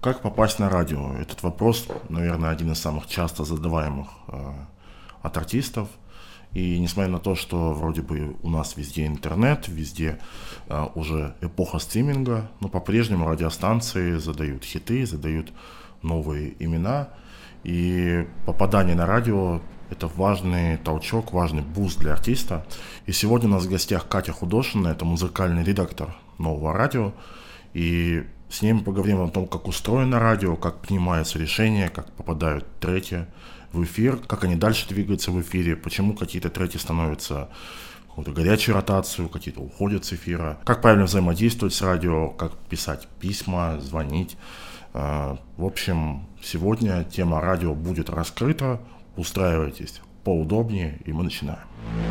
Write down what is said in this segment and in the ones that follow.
Как попасть на радио? Этот вопрос, наверное, один из самых часто задаваемых от артистов. И несмотря на то, что вроде бы у нас везде интернет, везде уже эпоха стриминга, но по-прежнему радиостанции задают хиты, задают новые имена. И попадание на радио – это важный толчок, важный буст для артиста. И сегодня у нас в гостях Катя Худошина, это музыкальный редактор Нового радио. И с ней мы поговорим о том, как устроено радио, как принимаются решения, как попадают треки в эфир, как они дальше двигаются в эфире, почему какие-то треки становятся в какую-то горячую ротацию, какие-то уходят с эфира, как правильно взаимодействовать с радио, как писать письма, звонить. В общем, сегодня тема радио будет раскрыта. Устраивайтесь поудобнее, и мы начинаем.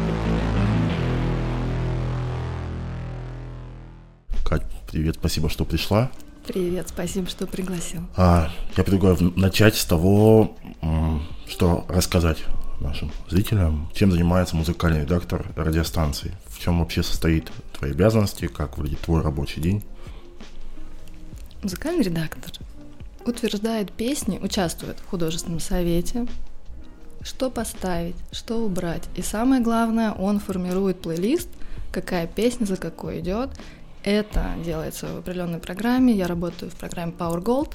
Кать, привет, спасибо, что пришла. Привет, спасибо, что пригласил. Я предлагаю начать с того, что рассказать нашим зрителям, чем занимается музыкальный редактор радиостанции, в чем вообще состоит твои обязанности, как выглядит твой рабочий день. Музыкальный редактор утверждает песни, участвует в художественном совете, что поставить, что убрать. И самое главное, он формирует плейлист, какая песня за какой идет. Это делается в определенной программе. Я работаю в программе Power Gold.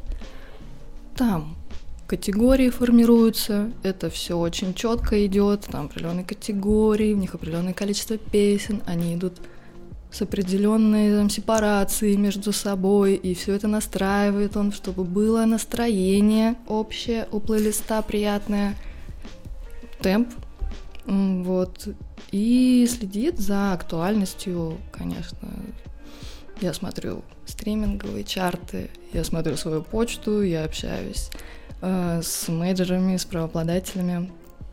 Там категории формируются. Это все очень четко идет. Там определенные категории, в них определенное количество песен. Они идут с определенной там сепарацией между собой. И все это настраивает он, чтобы было настроение общее у плейлиста приятное, темп. Вот. И следит за актуальностью, конечно. Я смотрю стриминговые чарты, я смотрю свою почту, я общаюсь с менеджерами, с правообладателями,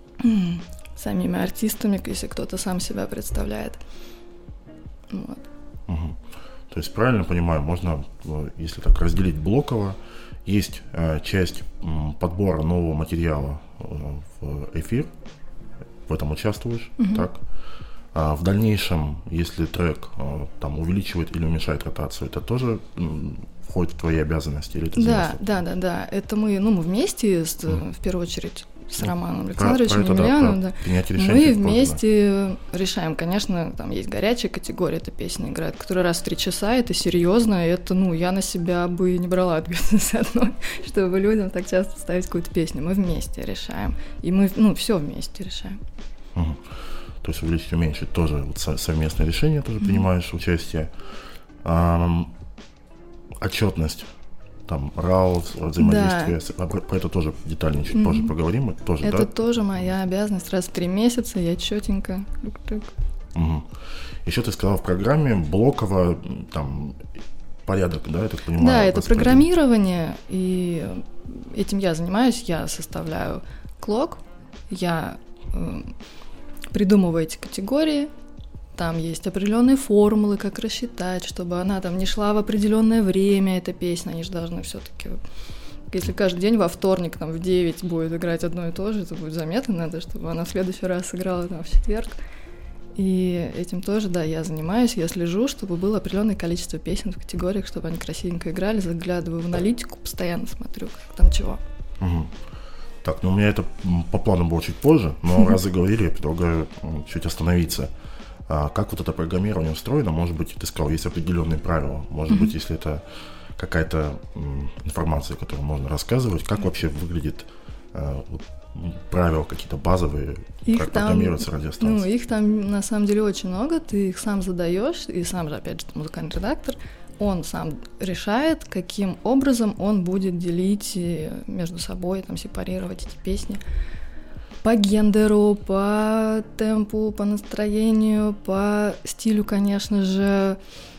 самими артистами, если кто-то сам себя представляет. Вот. Угу. То есть, правильно понимаю, можно, если так разделить блоково, есть часть подбора нового материала в эфир, в этом участвуешь, так? А в дальнейшем, если трек там увеличивает или уменьшает ротацию, это тоже входит в твои обязанности? Или это Да. Это мы вместе, в первую очередь, с Романом Александровичем Емельяновым, мы вместе решаем. Конечно, там есть горячая категория, это песня играет, которая раз в 3 часа, это серьезно, это, я на себя бы не брала ответственность одной, чтобы людям так часто ставить какую-то песню. Мы вместе решаем, и мы, все вместе решаем. То есть увеличить, уменьшить тоже совместное решение, тоже принимаешь участие. Отчетность, там, РАО, взаимодействие, про это тоже детальнее чуть позже поговорим. Это тоже моя обязанность, раз в 3 месяца я четенько. Еще ты сказала в программе блоково, там, порядок, да, я так понимаю? Да, это программирование, и этим я занимаюсь, я составляю клок, я придумываю эти категории, там есть определенные формулы, как рассчитать, чтобы она там не шла в определенное время, эта песня, они же должны все-таки, если каждый день во вторник там в 9 будет играть одно и то же, это будет заметно, надо, чтобы она в следующий раз сыграла там в четверг. И этим тоже, да, я занимаюсь, я слежу, чтобы было определенное количество песен в категориях, чтобы они красивенько играли, заглядываю в аналитику, постоянно смотрю, как там чего. Так, у меня это по плану было чуть позже, но раз заговорили, я предлагаю чуть остановиться. Как вот это программирование устроено? Может быть, ты сказал, есть определенные правила. Может быть, если это какая-то информация, которую можно рассказывать, как вообще выглядит правила какие-то базовые, как программируется радиостанция? Их там на самом деле очень много, ты их сам задаешь, и сам же, опять же, музыкальный редактор, он сам решает, каким образом он будет делить между собой, там, сепарировать эти песни по гендеру, по темпу, по настроению, по стилю, конечно же.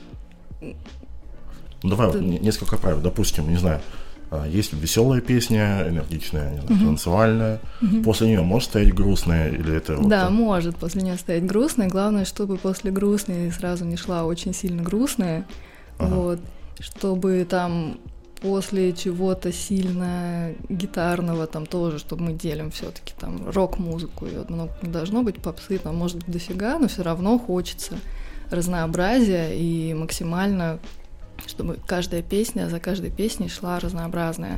Давай несколько правил. Допустим, не знаю, есть веселая песня, энергичная, не знаю, танцевальная. После нее может стоять грустная или это? Да, может после нее стоять грустная. Главное, чтобы после грустной сразу не шла очень сильно грустная. Вот, чтобы там после чего-то сильно гитарного там тоже, чтобы мы делим все-таки там рок-музыку, ее много не должно быть, попсы там может быть дофига, но все равно хочется разнообразия и максимально чтобы каждая песня, за каждой песней шла разнообразная.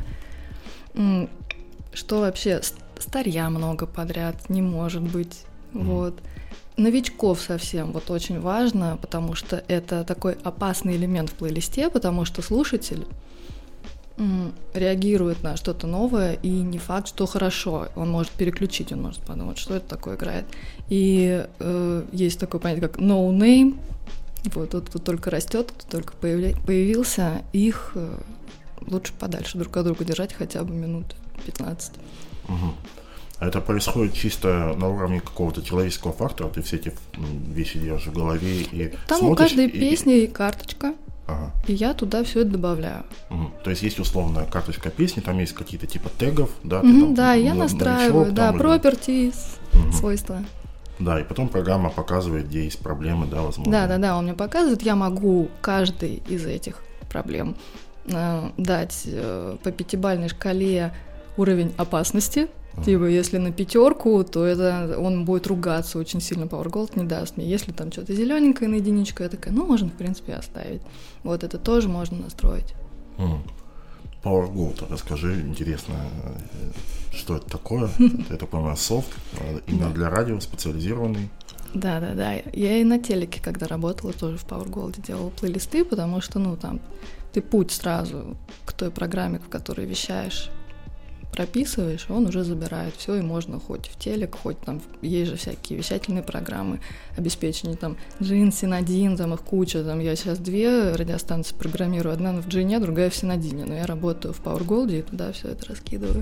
Что вообще старья много подряд не может быть, вот. Новичков совсем вот очень важно, потому что это такой опасный элемент в плейлисте, потому что слушатель реагирует на что-то новое, и не факт, что хорошо. Он может переключить, он может подумать, что это такое играет. И есть такое понятие, как no name. Вот тот, кто только растет, кто только появился, их лучше подальше друг от друга держать хотя бы минут 15. А это происходит чисто на уровне какого-то человеческого фактора? Ты все эти вещи держишь в голове и там смотришь, у каждой песни карточка, и я туда все это добавляю. То есть есть условная карточка песни, там есть какие-то типа тегов, да? Да, я настраиваю, да, properties, свойства. Да, и потом программа показывает, где есть проблемы, да, возможно. Да, он мне показывает, я могу каждой из этих проблем дать по 5-бальной шкале уровень опасности. Типа, если на 5, то это он будет ругаться очень сильно, Power Gold не даст мне. Если там что-то зелененькое на единичку, я такая, можно, в принципе, оставить. Вот это тоже можно настроить. Power Gold, расскажи, интересно, что это такое? Это, по-моему, софт, именно для радио, специализированный. Да. Я и на телеке, когда работала, тоже в Power Gold делала плейлисты, потому что, там, ты путь сразу к той программе, в которой вещаешь, прописываешь, он уже забирает все, и можно хоть в телек, хоть там, есть же всякие вещательные программы обеспечения, там, Джин, Синодин, там их куча, там, я сейчас 2 радиостанции программирую, одна в Джине, другая в Синодине, но я работаю в Power Gold и туда все это раскидываю.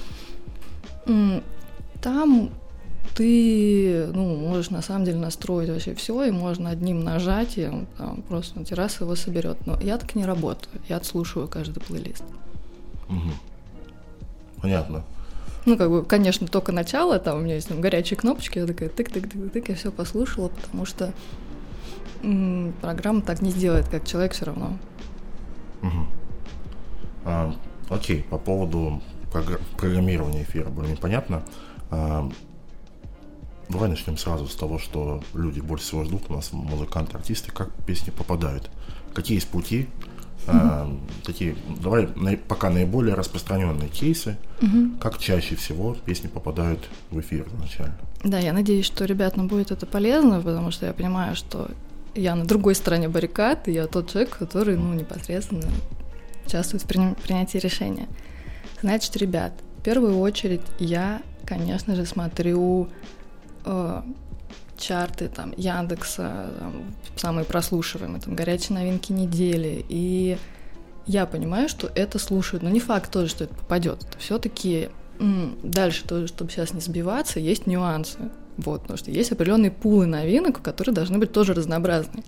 Там ты, можешь на самом деле настроить вообще все, и можно одним нажатием там, просто на террасу его соберет. Но я так не работаю, я отслушиваю каждый плейлист. Понятно. Конечно, только начало, там у меня есть горячие кнопочки, я такая тык-тык-тык-тык, я все послушала, потому что программа так не сделает, как человек все равно. Окей, по поводу программирования эфира более понятно. Давай начнем сразу с того, что люди больше всего ждут, у нас музыканты, артисты, как песни попадают. Какие есть пути? Такие, давай пока наиболее распространенные кейсы, как чаще всего песни попадают в эфир изначально. Да, я надеюсь, что ребятам будет это полезно, потому что я понимаю, что я на другой стороне баррикад, и я тот человек, который, непосредственно участвует в принятии решения. Значит, ребят, в первую очередь я, конечно же, смотрю чарты там Яндекса, там, самые прослушиваемые, там, горячие новинки недели, и я понимаю, что это слушают, но не факт тоже, что это попадет. Все-таки дальше тоже, чтобы сейчас не сбиваться, есть нюансы, вот, потому что есть определенные пулы новинок, которые должны быть тоже разнообразны.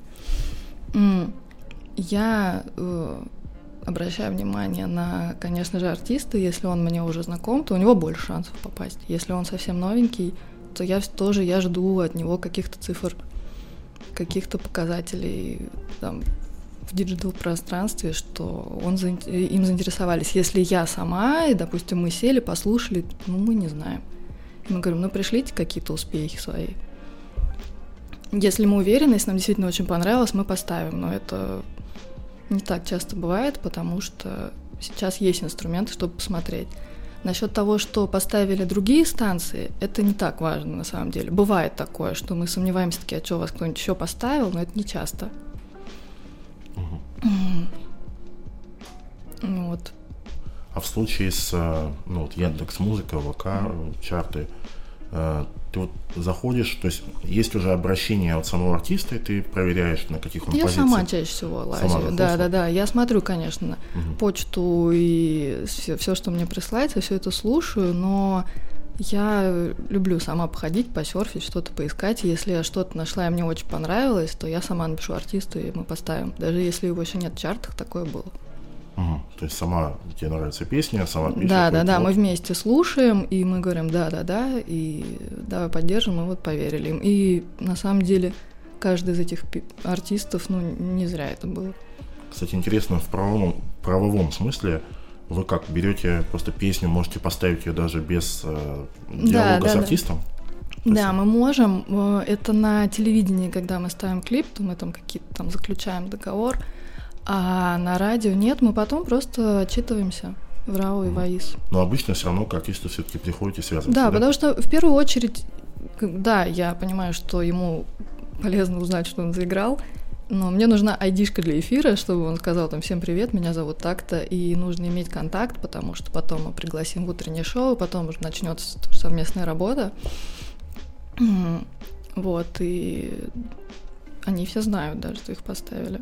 Я обращаю внимание на, конечно же, артиста, если он мне уже знаком, то у него больше шансов попасть. Если он совсем новенький, то я жду от него каких-то цифр, каких-то показателей там, в диджитал-пространстве, что им заинтересовались. Если я сама, и, допустим, мы сели, послушали, мы не знаем. И мы говорим, пришлите какие-то успехи свои. Если мы уверены, если нам действительно очень понравилось, мы поставим, но это не так часто бывает, потому что сейчас есть инструменты, чтобы посмотреть. Насчет того, что поставили другие станции, это не так важно на самом деле. Бывает такое, что мы сомневаемся, а что, вас кто-нибудь еще поставил, но это не часто. Вот. А в случае с Яндекс.Музыка, ВК, чарты, ты заходишь, то есть уже обращение от самого артиста, и ты проверяешь, на каких он позициях. Я сама чаще всего лазю. Да. Я смотрю, конечно, почту и все, что мне присылается, все это слушаю, но я люблю сама походить, посерфить, что-то поискать. Если я что-то нашла и мне очень понравилось, то я сама напишу артисту, и мы поставим. Даже если его еще нет в чартах, такое было. То есть сама тебе нравится песня, сама пишешь? Да, мы вместе слушаем, и мы говорим да, и давай поддержим, и поверили им. И на самом деле каждый из этих артистов, не зря это было. Кстати, интересно, в правовом смысле вы как берете просто песню, можете поставить ее даже без диалога с артистом? Да, мы можем. Это на телевидении, когда мы ставим клип, то мы там какие-то заключаем договор. А на радио нет, мы потом просто отчитываемся в РАО и ВАИС. Но обычно все равно к артисту все-таки приходите связываться. Да, потому что в первую очередь, да, я понимаю, что ему полезно узнать, что он заиграл, но мне нужна айдишка для эфира, чтобы он сказал там: всем привет, меня зовут так-то, и нужно иметь контакт, потому что потом мы пригласим в утреннее шоу, потом уже начнется совместная работа. Вот, и они все знают даже, что их поставили.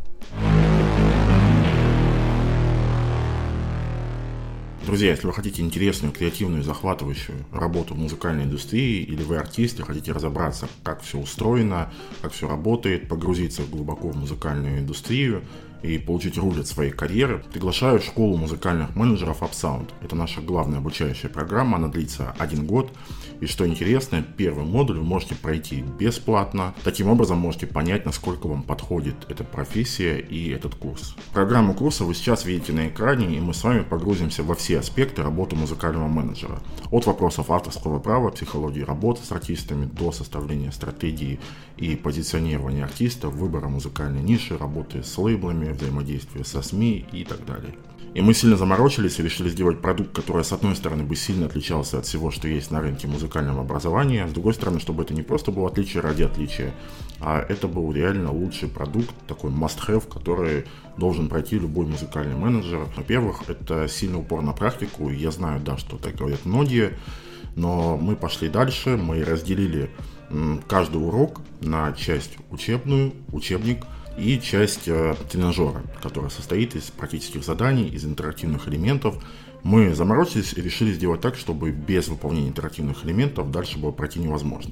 Друзья, если вы хотите интересную, креативную, захватывающую работу в музыкальной индустрии, или вы артист и хотите разобраться, как все устроено, как все работает, погрузиться глубоко в музыкальную индустрию и получить руль от своей карьеры, приглашаю в школу музыкальных менеджеров UpSound. Это наша главная обучающая программа, она длится 1 год. И что интересно, первый модуль вы можете пройти бесплатно. Таким образом можете понять, насколько вам подходит эта профессия и этот курс. Программу курса вы сейчас видите на экране, и мы с вами погрузимся во все аспекты работы музыкального менеджера. От вопросов авторского права, психологии работы с артистами, до составления стратегии и позиционирования артиста, выбора музыкальной ниши, работы с лейблами, взаимодействия со СМИ и так далее. И мы сильно заморочились и решили сделать продукт, который, с одной стороны, бы сильно отличался от всего, что есть на рынке музыкального образования, с другой стороны, чтобы это не просто было отличие ради отличия, а это был реально лучший продукт, такой must-have, который должен пройти любой музыкальный менеджер. Во-первых, это сильный упор на практику, и я знаю, да, что так говорят многие, но мы пошли дальше, мы разделили каждый урок на часть учебную, учебник, и часть тренажера, которая состоит из практических заданий, из интерактивных элементов. Мы заморочились и решили сделать так, чтобы без выполнения интерактивных элементов дальше было пройти невозможно.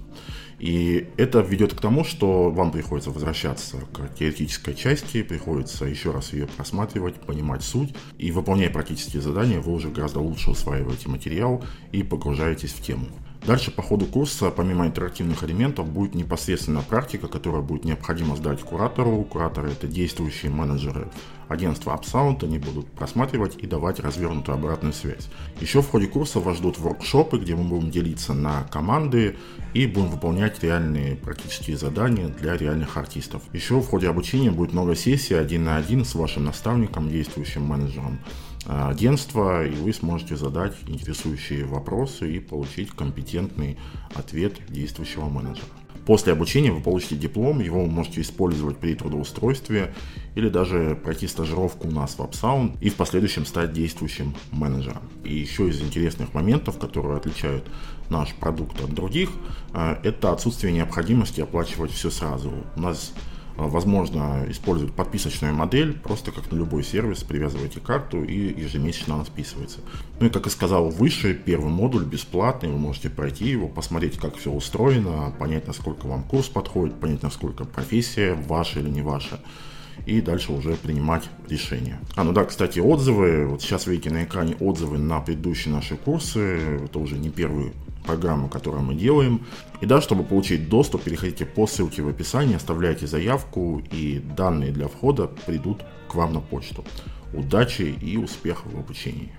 И это ведет к тому, что вам приходится возвращаться к теоретической части, приходится еще раз ее просматривать, понимать суть. И выполняя практические задания, вы уже гораздо лучше усваиваете материал и погружаетесь в тему. Дальше по ходу курса, помимо интерактивных элементов, будет непосредственно практика, которая будет необходимо сдать куратору. Кураторы — это действующие менеджеры агентства UpSound, они будут просматривать и давать развернутую обратную связь. Еще в ходе курса вас ждут воркшопы, где мы будем делиться на команды и будем выполнять реальные практические задания для реальных артистов. Еще в ходе обучения будет много сессий 1 на 1 с вашим наставником, действующим менеджером агентства, и вы сможете задать интересующие вопросы и получить компетентный ответ действующего менеджера. После обучения вы получите диплом, его вы можете использовать при трудоустройстве или даже пройти стажировку у нас в UpSound и в последующем стать действующим менеджером. И еще из интересных моментов, которые отличают наш продукт от других, это отсутствие необходимости оплачивать все сразу. У нас возможно использовать подписочную модель, просто как на любой сервис, привязываете карту и ежемесячно она списывается. Ну и как я сказал выше, первый модуль бесплатный, вы можете пройти его, посмотреть, как все устроено, понять, насколько вам курс подходит, понять, насколько профессия ваша или не ваша, и дальше уже принимать решения. Ну да, кстати, отзывы, вот сейчас вы видите на экране отзывы на предыдущие наши курсы, это уже не первый программу, которую мы делаем. И да, чтобы получить доступ, переходите по ссылке в описании, оставляйте заявку, и данные для входа придут к вам на почту. Удачи и успехов в обучении.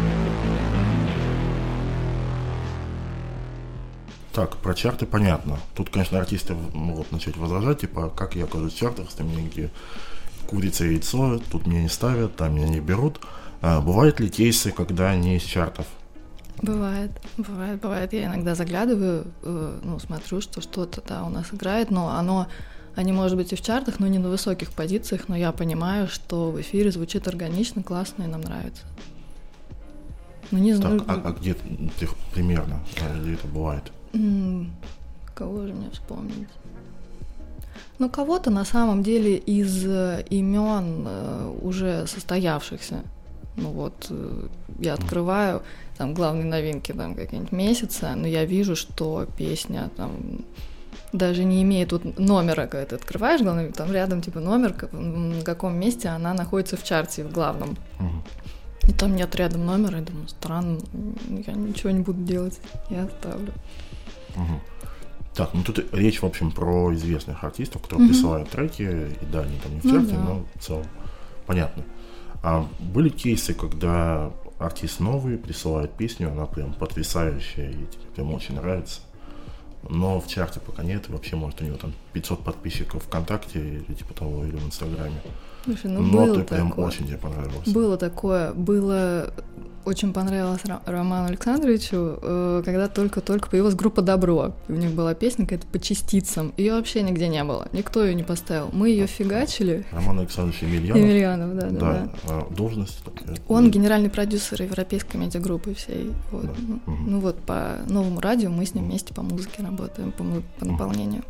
Так, про чарты понятно. Тут, конечно, артисты могут начать возражать, типа, как я окажусь в чартах, там где курица и яйцо, тут меня не ставят, там меня не берут. Бывают ли кейсы, когда не из чартов? Бывает. Я иногда заглядываю, смотрю, что что-то, да, у нас играет, но они, может быть, и в чартах, но не на высоких позициях, но я понимаю, что в эфире звучит органично, классно и нам нравится. Ну, не знаю. Так, а где примерно, где это бывает? Кого же мне вспомнить? Ну, кого-то на самом деле из имен уже состоявшихся. Ну вот, я открываю, там, главные новинки, там, какие-нибудь месяца, но я вижу, что песня, там, даже не имеет вот номера, когда ты открываешь, главное, там рядом, типа, номер, на каком месте она находится в чарте, в главном. И там нет рядом номера, я думаю, странно, я ничего не буду делать, я оставлю. Так, ну тут речь, в общем, про известных артистов, которые присылают треки, и да, они там не в чарте, но в целом понятно. А были кейсы, когда артист новый присылает песню, она прям потрясающая, и тебе прям очень нравится, но в чарте пока нет, и вообще, может, у него там 500 подписчиков ВКонтакте или типа того, или в Инстаграме. Слушай, ну но было ты прям такое. очень тебе понравилось. Было такое. Очень понравилось Роману Александровичу, когда только-только появилась группа «Добро». И у них была песня какая-то по частицам. Ее вообще нигде не было. Никто ее не поставил. Мы ее фигачили. Роман Александрович Емельянов. Емельянов, да. Должность? Он генеральный продюсер европейской медиагруппы всей. Вот. Да. Ну вот по Новому радио мы с ним вместе по музыке работаем, по наполнению.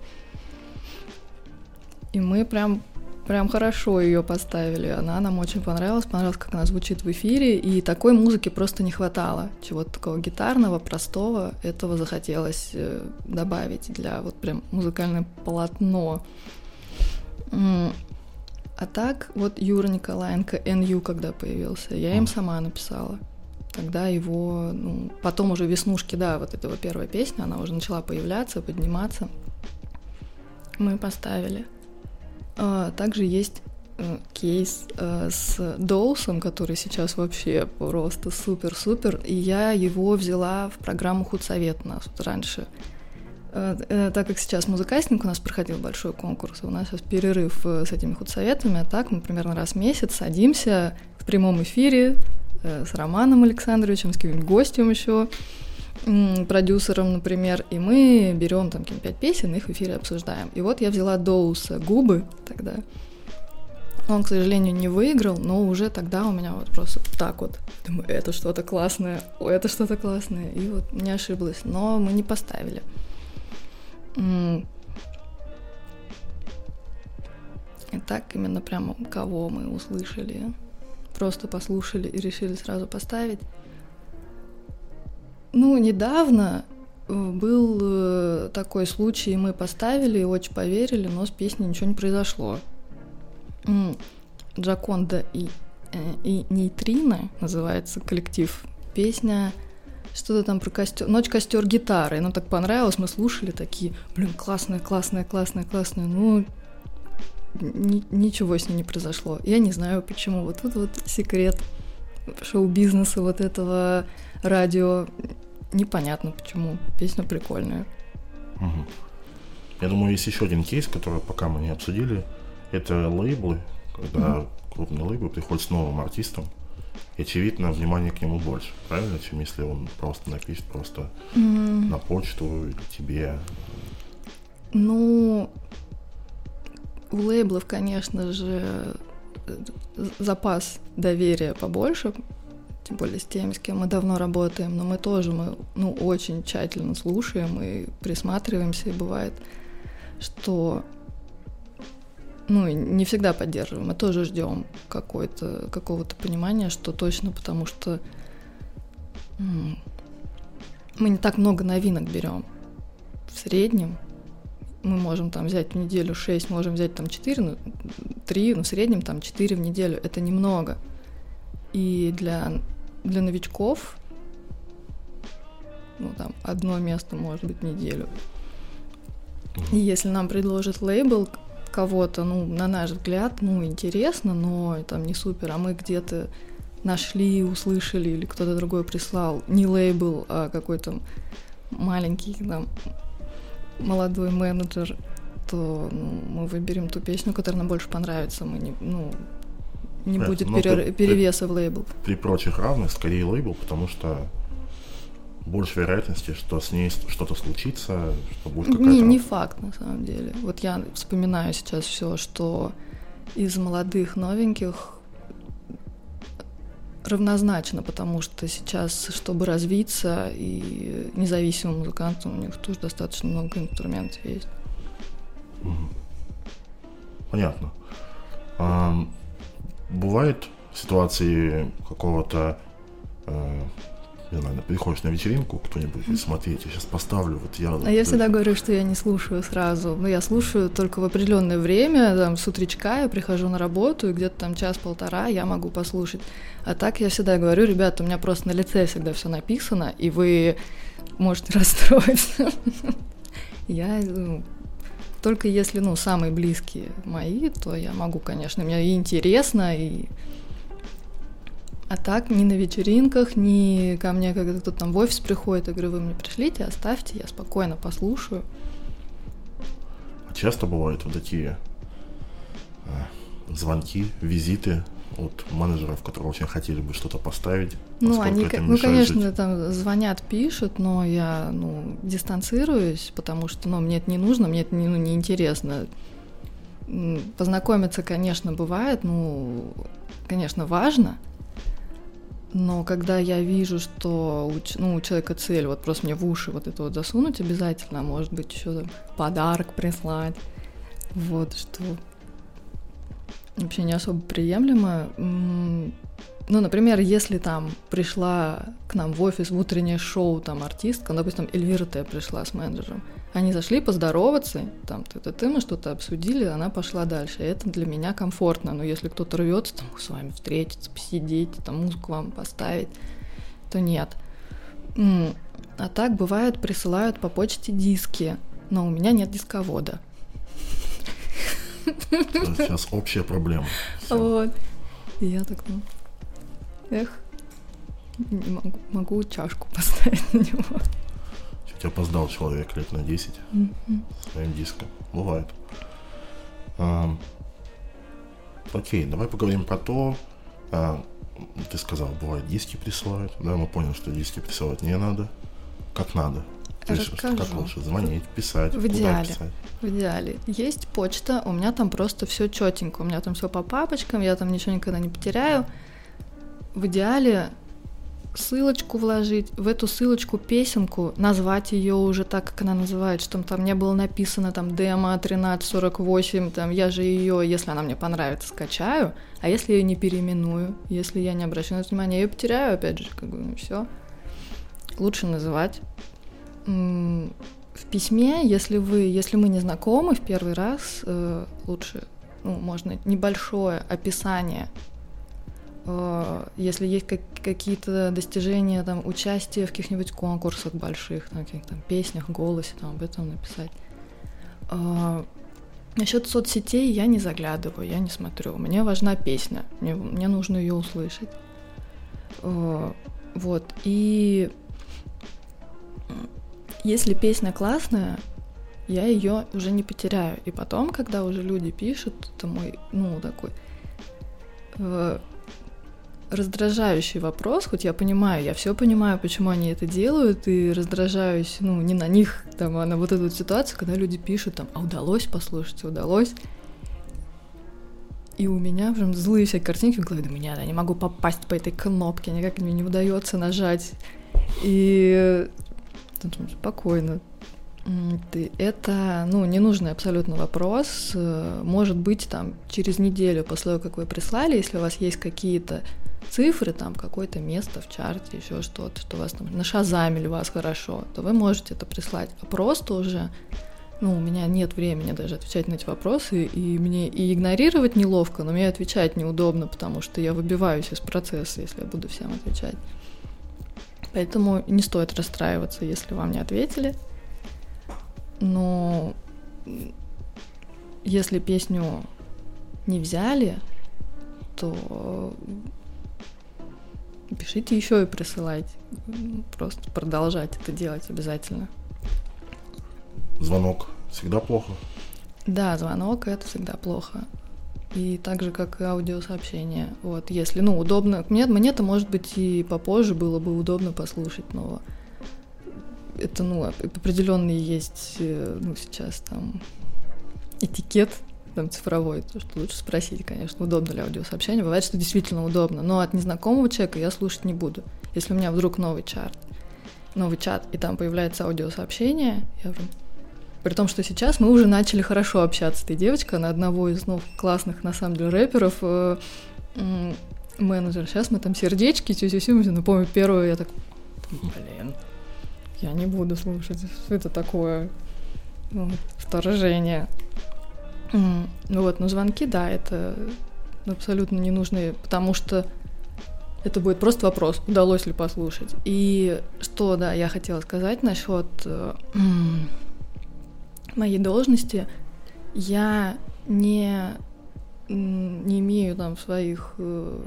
И мы прям хорошо ее поставили. Она нам очень понравилась, как она звучит в эфире, и такой музыки просто не хватало. Чего-то такого гитарного, простого, этого захотелось добавить для вот прям музыкальное полотно. А так, вот Юра Николаенко, NU, когда появился, я им сама написала. Тогда его, потом уже «Веснушки», да, вот эта его первая песня, она уже начала появляться, подниматься. Мы поставили. Также есть кейс с Доусом, который сейчас вообще просто супер-супер, и я его взяла в программу «Худсовет» у нас вот раньше. Так как сейчас музыкастинг, у нас проходил большой конкурс, у нас сейчас перерыв с этими худсоветами, а так мы примерно раз в месяц садимся в прямом эфире с Романом Александровичем, с каким-нибудь гостем еще, продюсером, например, и мы берем там 5 песен и их в эфире обсуждаем. И вот я взяла Доуса «Губы» тогда. Он, к сожалению, не выиграл, но уже тогда у меня вот просто так вот. Думаю, это что-то классное, это что-то классное. И вот не ошиблась, но мы не поставили. И так именно прямо кого мы услышали. Просто послушали и решили сразу поставить. Недавно был такой случай, мы поставили, очень поверили, но с песней ничего не произошло. Джаконда и Нейтрино называется коллектив. Песня что-то там про костер, «Ночь, костер, гитары». Нам так понравилось, мы слушали такие, классная. Ничего с ней не произошло. Я не знаю почему. Вот тут вот секрет шоу-бизнеса вот этого радио. Непонятно почему. Песня прикольная. Угу. Я думаю, есть еще один кейс, который пока мы не обсудили. Это лейблы, когда крупный лейбл приходит с новым артистом, и, очевидно, внимание к нему больше, правильно, чем если он просто напишет на почту или тебе. У лейблов, конечно же, запас доверия побольше, тем более с теми, с кем мы давно работаем, но мы тоже очень тщательно слушаем и присматриваемся, и бывает, что не всегда поддерживаем, мы тоже ждем какого-то понимания, что точно, потому что мы не так много новинок берем. В среднем мы можем там взять в неделю 6, можем взять там 4, 3, в среднем там 4 в неделю. Это немного. И для новичков там одно место может быть в неделю. И если нам предложит лейбл кого-то, на наш взгляд, интересно, но там не супер, а мы где-то нашли, услышали, или кто-то другой прислал, не лейбл, а какой-то маленький там молодой менеджер, то мы выберем ту песню, которая нам больше понравится, мы не будет перевеса в лейбл. При прочих равных скорее лейбл, потому что больше вероятности, что с ней что-то случится, что будет какая-то... Не факт, на самом деле. Вот я вспоминаю сейчас все, что из молодых, новеньких равнозначно, потому что сейчас, чтобы развиться и независимым музыкантам, у них тоже достаточно много инструментов есть. Понятно. Бывают ситуации какого-то... не знаю, приходишь на вечеринку, кто-нибудь говорит, смотрите, я сейчас поставлю, я всегда говорю, что я не слушаю сразу, я слушаю только в определенное время, там, с утречка я прихожу на работу, и где-то там час-полтора я могу послушать. А так я всегда говорю, ребята, у меня просто на лице всегда все написано, и вы можете расстроиться. Я, только если, самые близкие мои, то я могу, конечно, мне и интересно, и... А так, ни на вечеринках, ни ко мне, когда кто-то там в офис приходит, я говорю, вы мне пришлите, оставьте, я спокойно послушаю. часто бывают вот такие звонки, визиты от менеджеров, которые очень хотели бы что-то поставить? Ну, они, конечно, жить? Там звонят, пишут, но я, дистанцируюсь, потому что, мне это не нужно, мне это не интересно. Познакомиться, конечно, бывает, конечно, важно, но когда я вижу, что у человека цель вот просто мне в уши вот это вот засунуть обязательно, может быть, еще там подарок прислать, вот, что вообще не особо приемлемо. Например, если там пришла к нам в офис в утреннее шоу там артистка, допустим, Эльвира Т. пришла с менеджером, они зашли поздороваться, там мы что-то обсудили, она пошла дальше. И это для меня комфортно. Но если кто-то рвется там с вами встретиться, посидеть, там музыку вам поставить, то нет. А так бывает, присылают по почте диски, но у меня нет дисковода. Это сейчас общая проблема. Вот. И я так, не могу чашку поставить на него. Чуть опоздал человек лет на 10 своим диском. Бывает. Окей, давай поговорим про то, ты сказал, бывает, диски присылают. Да, мы поняли, что диски присылать не надо. Как надо? Расскажу. Как лучше? Звонить, писать? В идеале. Есть почта, у меня там просто все четенько, у меня там все по папочкам, я там ничего никогда не потеряю. В идеале ссылочку вложить, в эту ссылочку песенку, назвать ее уже так, как она называется, чтобы там не было написано там демо 1348, там я же ее, если она мне понравится, скачаю, а если я ее не переименую, если я не обращу на это внимание, я ее потеряю, опять же, все. Лучше называть. В письме, если мы не знакомы в первый раз, лучше, можно небольшое описание. Если есть какие-то достижения, там, участия в каких-нибудь конкурсах больших, там, каких-то там песнях, голосе, там, об этом написать. Насчет соцсетей я не заглядываю, я не смотрю. Мне важна песня, мне нужно ее услышать. Вот. И если песня классная, я ее уже не потеряю. И потом, когда уже люди пишут, это мой, такой раздражающий вопрос, хоть я все понимаю, почему они это делают, и раздражаюсь, не на них, там, а на вот эту ситуацию, когда люди пишут, там, удалось, послушайте, удалось. И у меня прям злые всякие картинки в голове, я не могу попасть по этой кнопке, никак мне не удается нажать. И спокойно. Это, ненужный абсолютно вопрос. Может быть, там, через неделю после того, как вы прислали, если у вас есть какие-то цифры, там, какое-то место в чарте, еще что-то, что вас там нашазамили вас хорошо, то вы можете это прислать. А просто уже, у меня нет времени даже отвечать на эти вопросы, и мне и игнорировать неловко, но мне отвечать неудобно, потому что я выбиваюсь из процесса, если я буду всем отвечать. Поэтому не стоит расстраиваться, если вам не ответили. Но если песню не взяли, то пишите еще и присылайте. Просто продолжать это делать обязательно. Звонок всегда плохо? Да, звонок — это всегда плохо. И так же, как и аудиосообщение. Вот, если, удобно. Мне-то, может быть, и попозже было бы удобно послушать, но это, определенный есть, сейчас там этикет там цифровой, то, что лучше спросить, конечно, удобно ли аудиосообщение. Бывает, что действительно удобно, но от незнакомого человека я слушать не буду. Если у меня вдруг новый чат, и там появляется аудиосообщение, я говорю, при том, что сейчас мы уже начали хорошо общаться. Ты девочка, она одного из классных, на самом деле, рэперов, менеджер. Сейчас мы там сердечки, помню, первую я так, я не буду слушать, что это такое, вторжение. Но звонки, да, это абсолютно ненужные, потому что это будет просто вопрос, удалось ли послушать. И что, да, я хотела сказать насчет моей должности. Я не имею там в своих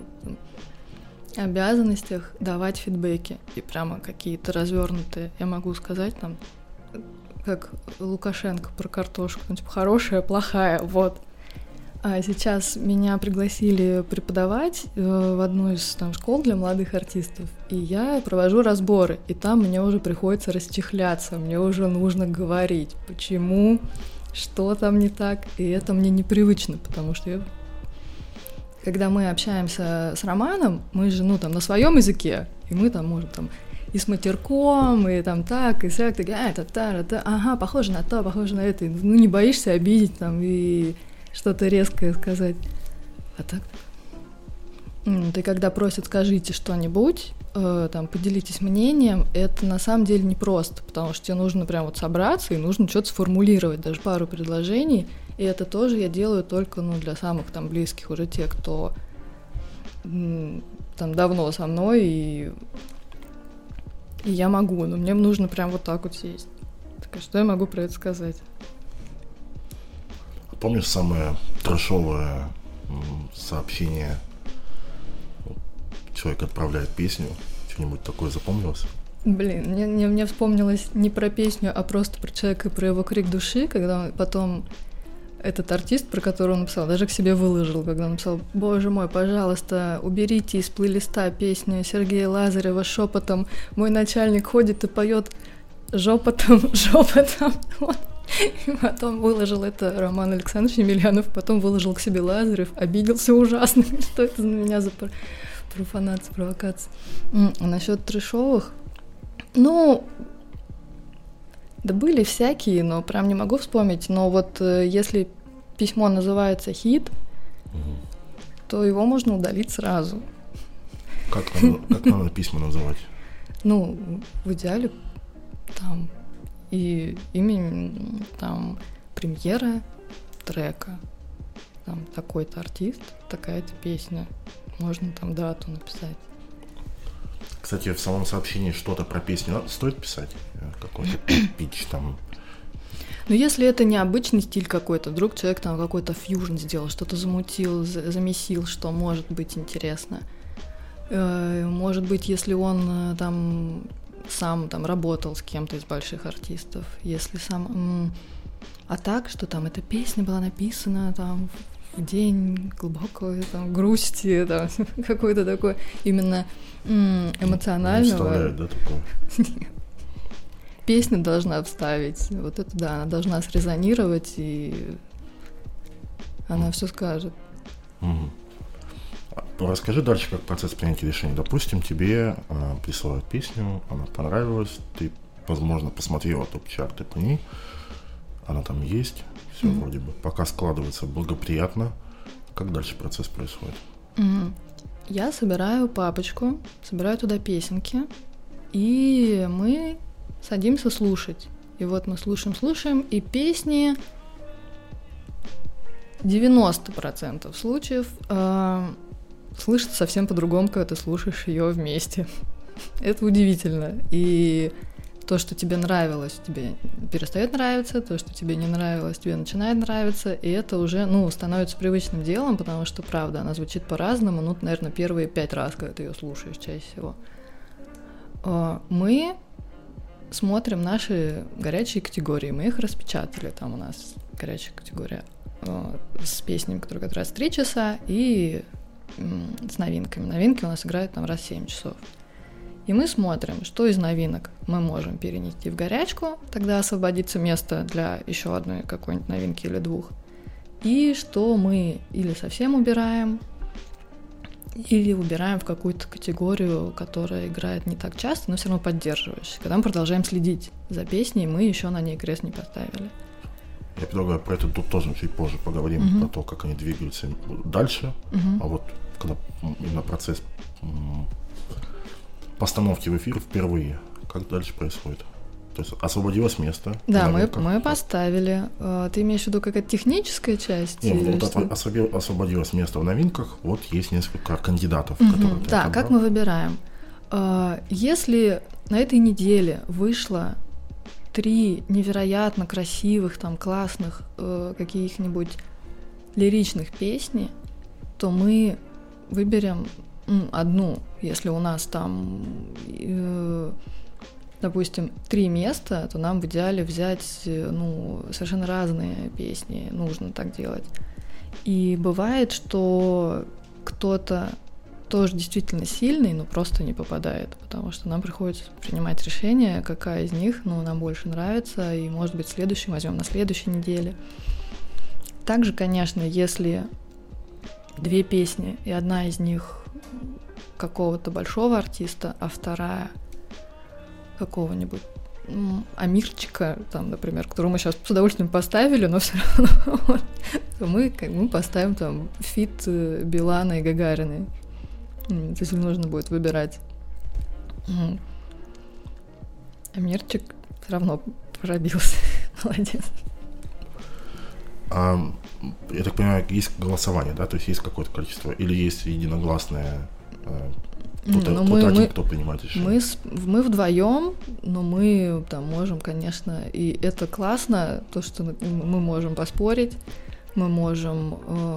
обязанностях давать фидбэки и прямо какие-то развернутые. Я могу сказать там, как Лукашенко про картошку, ну, типа, хорошая, плохая, вот. А сейчас меня пригласили преподавать в одну из там школ для молодых артистов, и я провожу разборы, и там мне уже приходится расчехляться, мне уже нужно говорить, почему, что там не так, и это мне непривычно, потому что когда мы общаемся с Романом, мы же, ну, там, на своем языке, и мы там можем там и с матерком, и там так, и сяк, так, ага, похоже на то, похоже на это, ну, не боишься обидеть там и что-то резкое сказать. А так? Ты когда просят, скажите что-нибудь, там, поделитесь мнением, это на самом деле непросто, потому что тебе нужно прям вот собраться и нужно что-то сформулировать, даже пару предложений, и это тоже я делаю только, ну, для самых там близких уже тех, кто там давно со мной, и я могу, но мне нужно прям вот так вот сесть. Так, а что я могу про это сказать? Помнишь самое трэшовое сообщение? Человек отправляет песню, что-нибудь такое запомнилось? Блин, мне вспомнилось не про песню, а просто про человека и про его крик души, когда потом этот артист, про которого он написал, даже к себе выложил, когда он написал: «Боже мой, пожалуйста, уберите из плейлиста песню Сергея Лазарева «Шепотом». Мой начальник ходит и поет жопотом. Вот. И потом выложил это Роман Александрович Емельянов, потом выложил к себе Лазарев, обиделся ужасно, что это на меня за профанация, провокация. А насчет трэшовых, ну, да были всякие, но прям не могу вспомнить, но вот если письмо называется «Хит», то его можно удалить сразу. Как надо письма называть? Ну, в идеале там и имя, там, премьера трека, там, такой-то артист, такая-то песня, можно там дату написать. Кстати, в самом сообщении что-то про песню стоит писать? Какой-то питч там? Но если это необычный стиль какой-то, вдруг человек там какой-то фьюжн сделал, что-то замутил, замесил, что может быть интересно. Может быть, если он там сам там работал с кем-то из больших артистов, если сам... А так, что там эта песня была написана там в день глубокой там грусти, там какой-то такой именно эмоционального... Не вставляют, да, такого? Песню должна вставить, вот это да, она должна срезонировать, и она все скажет. Расскажи дальше, как процесс принятия решений. Допустим, тебе присылают песню, она понравилась, ты, возможно, посмотрела топ-чарты по ней, она там есть, все вроде бы, пока складывается благоприятно. Как дальше процесс происходит? Я собираю папочку, собираю туда песенки, и мы садимся слушать. И вот мы слушаем, и песни 90% случаев слышится совсем по-другому, когда ты слушаешь ее вместе. Это удивительно. И то, что тебе нравилось, тебе перестает нравиться, то, что тебе не нравилось, тебе начинает нравиться, и это уже, ну, становится привычным делом, потому что, правда, она звучит по-разному, ну, наверное, первые 5 раз, когда ты ее слушаешь чаще всего. Мы смотрим наши горячие категории, мы их распечатали, там у нас горячая категория с песнями, которые как раз 3 часа, и с новинками. Новинки у нас играют там раз в 7 часов. И мы смотрим, что из новинок мы можем перенести в горячку, тогда освободится место для еще одной какой-нибудь новинки или 2. И что мы или совсем убираем, или убираем в какую-то категорию, которая играет не так часто, но все равно поддерживающая. Когда мы продолжаем следить за песней, мы еще на ней крест не поставили. Я предлагаю про это тут тоже чуть позже поговорим, про то, как они двигаются дальше. А вот когда именно процесс постановки в эфир впервые, как дальше происходит? То есть освободилось место. Да, мы поставили. Ты имеешь в виду какая-то техническая часть? Нет, вот освободилось место в новинках, вот есть несколько кандидатов, которые ты Да, отобрал. как мы выбираем? Если на этой неделе вышло 3 невероятно красивых, там, классных каких-нибудь лиричных песни, то мы выберем одну, если у нас там допустим, 3 места, то нам в идеале взять, совершенно разные песни, нужно так делать. И бывает, что кто-то тоже действительно сильный, но просто не попадает, потому что нам приходится принимать решение, какая из них, нам больше нравится, и, может быть, следующую возьмем на следующей неделе. Также, конечно, если 2 песни, и одна из них какого-то большого артиста, а вторая какого-нибудь Амирчика, там, например, которого мы сейчас с удовольствием поставили, но все равно то мы поставим там фит Билана и Гагарины. Если нужно будет выбирать. Амирчик все равно пробился. Молодец. Я так понимаю, есть голосование, да? То есть есть какое-то количество? Или есть единогласное кто принимает решение? Мы вдвоем, но мы там можем, конечно, и это классно, то, что мы можем поспорить, мы можем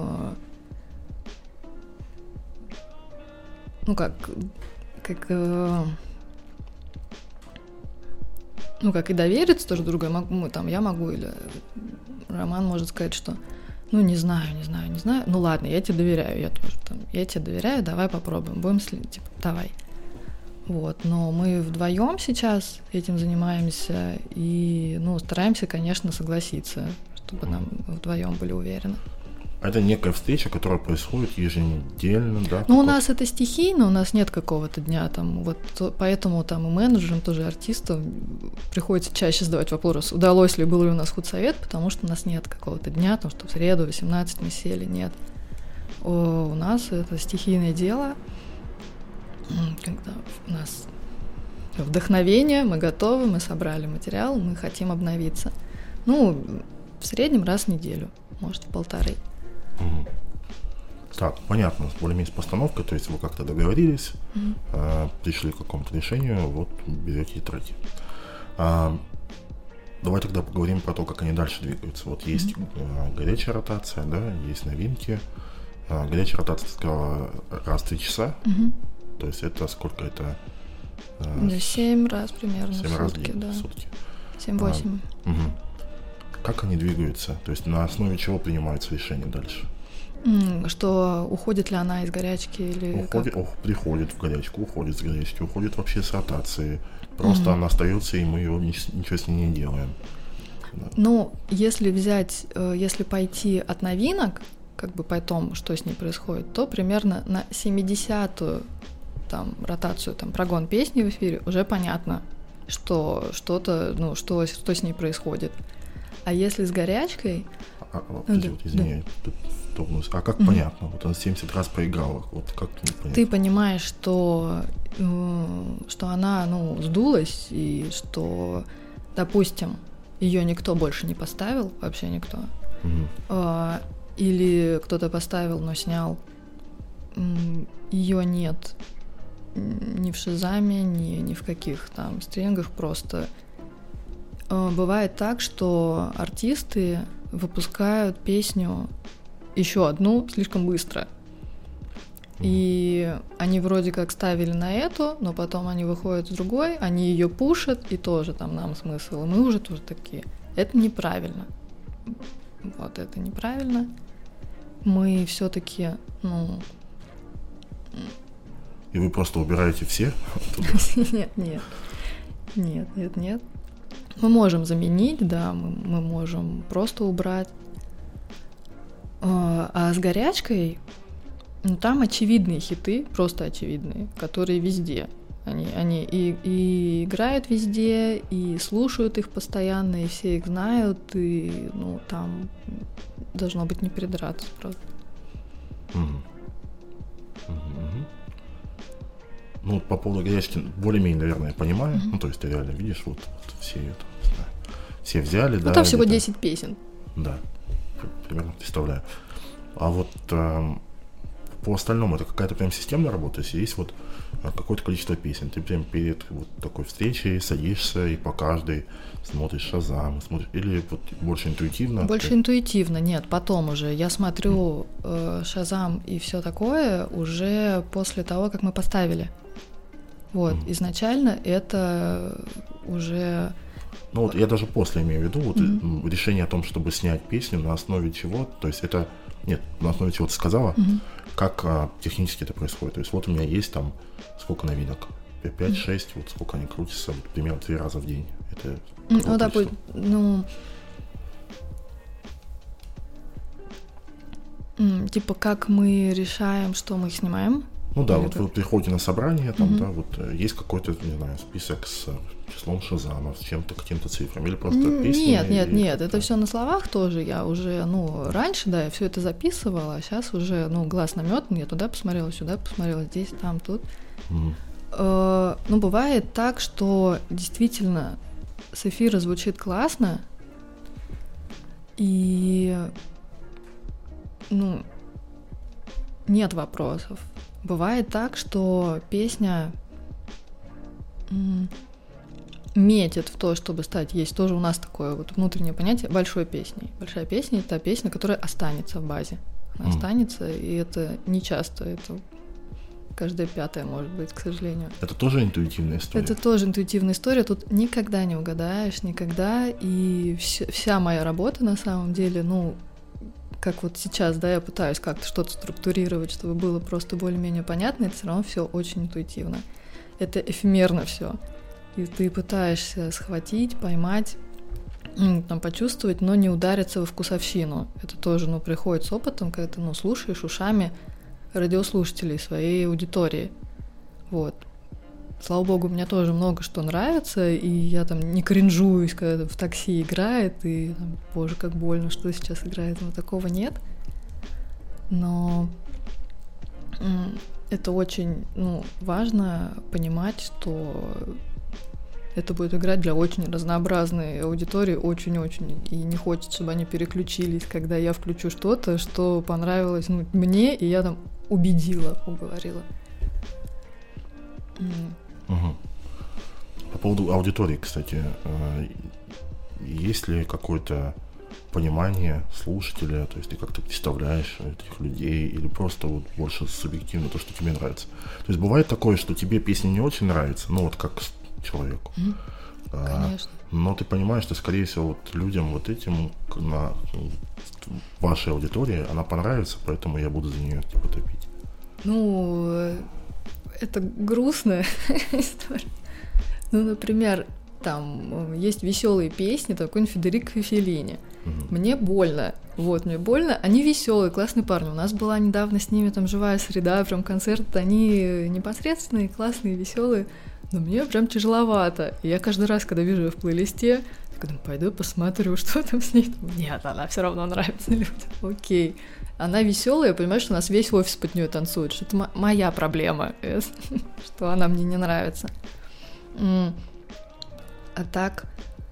как и довериться тоже другу, я могу, или Роман может сказать, что не знаю, ладно, я тебе доверяю, я тебе доверяю, давай попробуем, будем давай. Вот, но мы вдвоем сейчас этим занимаемся и, стараемся, конечно, согласиться, чтобы нам вдвоем были уверены. Это некая встреча, которая происходит еженедельно, да? У нас это стихийно, у нас нет какого-то дня, поэтому и менеджерам, тоже артистам приходится чаще задавать вопрос, удалось ли, был ли у нас худсовет, потому что у нас нет какого-то дня, что в среду 18 мы сели, нет. У нас это стихийное дело, когда у нас вдохновение, мы готовы, мы собрали материал, мы хотим обновиться. В среднем раз в неделю, может, в 1,5. Так, понятно, более-менее с постановкой, то есть вы как-то договорились, пришли к какому-то решению, вот берете треки. Давай тогда поговорим про то, как они дальше двигаются. Вот есть горячая ротация, да, есть новинки. Горячая ротация, ты сказала, раз в 3 часа, то есть это сколько это? 7 раз примерно 7 в сутки, да. 7-8. Как они двигаются? То есть на основе чего принимаются решения дальше? Что уходит ли она из горячки или приходит в горячку, уходит с горячки, уходит вообще с ротации. Просто она остается, и мы ничего с ней не делаем. Да. Если пойти от новинок, по тому, что с ней происходит, то примерно на 70-ю ротацию, прогон песни в эфире, уже понятно, что что-то, что с ней происходит. А если с горячкой... Извини, тут вторгнулся. А как понятно? Вот он 70 раз проиграл. Вот как понятно? Ты понимаешь, что она, сдулась, и что, допустим, ее никто больше не поставил, вообще никто. Или кто-то поставил, но снял. Ее нет ни в Шазаме, ни в каких стримингах, просто... Бывает так, что артисты выпускают песню еще одну слишком быстро. И они вроде как ставили на эту, но потом они выходят с другой, они ее пушат, и тоже нам смысл. И мы уже тоже такие. Это неправильно. Вот это неправильно. Мы все-таки, И вы просто убираете все? Нет. Мы можем заменить, да, мы можем просто убрать. А с горячкой, там очевидные хиты, просто очевидные, которые везде. Они и играют везде, и слушают их постоянно, и все их знают, и там должно быть не придраться просто. По поводу горячки более-менее, наверное, я понимаю. То есть ты реально видишь, вот все это, все взяли, да. Там всего 10 песен. Да, примерно представляю. А вот по остальному это какая-то прям системная работа, если есть вот какое-то количество песен, ты прям перед вот такой встречей садишься и по каждой смотришь Шазам, или вот больше интуитивно? Больше интуитивно, нет, потом уже. Я смотрю Шазам и все такое уже после того, как мы поставили. Вот, изначально это уже... Ну вот я даже после имею в виду, вот решение о том, чтобы снять песню, на основе чего, то есть это, нет, на основе чего ты сказала, как технически это происходит. То есть вот у меня есть там сколько новинок, 5-6, вот сколько они крутятся, вот, примерно 3 раза в день. Это ну, допустим, ну... Типа, как мы решаем, что мы снимаем? Ну да, вот вы приходите на собрание, там, да, вот есть какой-то, не знаю, список с числом шазамов, с чем-то, каким-то цифрами, или просто песни? Нет, это все на словах тоже. Я уже, раньше, да, я все это записывала, а сейчас уже, глаз наметан, я туда посмотрела, сюда посмотрела, здесь, там, тут. Бывает так, что действительно с эфира звучит классно, и, нет вопросов. Бывает так, что песня метит в то, чтобы стать. Есть тоже у нас такое вот внутреннее понятие большой песней. Большая песня — это песня, которая останется в базе. Она останется, и это не часто, это каждая пятая, может быть, к сожалению. Это тоже интуитивная история? Это тоже интуитивная история. Тут никогда не угадаешь, никогда. И вся моя работа, на самом деле, как вот сейчас, да, я пытаюсь как-то что-то структурировать, чтобы было просто более-менее понятно, это все равно все очень интуитивно. Это эфемерно все. И ты пытаешься схватить, поймать, там, почувствовать, но не удариться во вкусовщину. Это тоже, приходит с опытом, когда ты, слушаешь ушами радиослушателей своей аудитории. Вот. Слава богу, мне тоже много что нравится, и я там не кринжуюсь, когда в такси играет, и, боже, как больно, что сейчас играет, но такого нет. Но это очень, важно понимать, что это будет играть для очень разнообразной аудитории, очень-очень, и не хочется, чтобы они переключились, когда я включу что-то, что понравилось мне, и я там уговорила. По поводу аудитории, кстати, есть ли какое-то понимание слушателя, то есть ты как-то представляешь этих людей, или просто вот больше субъективно то, что тебе нравится? То есть бывает такое, что тебе песня не очень нравится, вот как человеку, конечно. Но ты понимаешь, что, скорее всего, вот людям вот этим, на вашей аудитории, она понравится, поэтому я буду за нее топить. Это грустная история. Например, там есть веселые песни, такой Федерико Феллини. Мне больно. Мне больно. Они веселые, классные парни. У нас была недавно с ними там живая среда, прям концерт. Они непосредственные, классные, веселые. Но мне прям тяжеловато. И я каждый раз, когда вижу ее в плейлисте, пойду посмотрю, что там с ней. Нет, она все равно нравится людям. Окей. Она веселая, понимаешь, что у нас весь офис под нее танцует, что это моя проблема, что она мне не нравится. А так,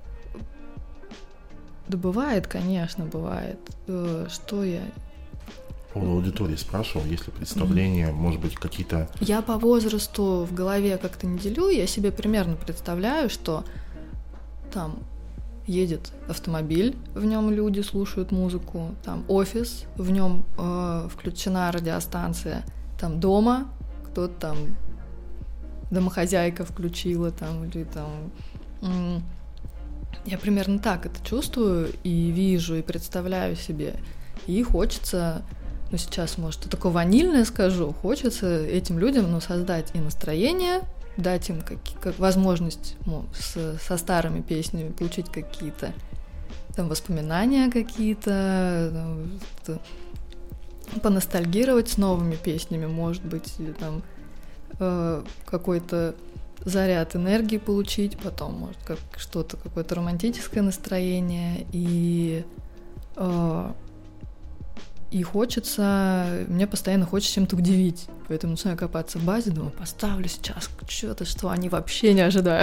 да бывает, конечно, бывает. Что я... По поводу аудитории спрашивал, есть ли представление, может быть, какие-то... Я по возрасту в голове как-то не делю, я себе примерно представляю, что там едет автомобиль, в нем люди слушают музыку, там офис, в нем включена радиостанция, там дома кто-то там, домохозяйка включила там, или там... Я примерно так это чувствую и вижу, и представляю себе. И хочется, сейчас, может, я такое ванильное скажу, хочется этим людям, создать и настроение, дать им как возможность со старыми песнями получить какие-то там воспоминания какие-то, поностальгировать с новыми песнями, может быть, или там какой-то заряд энергии получить, потом, может, какое-то романтическое настроение, и мне постоянно хочется чем-то удивить, поэтому начинаю копаться в базе, думаю, поставлю сейчас что-то, что они вообще не ожидают.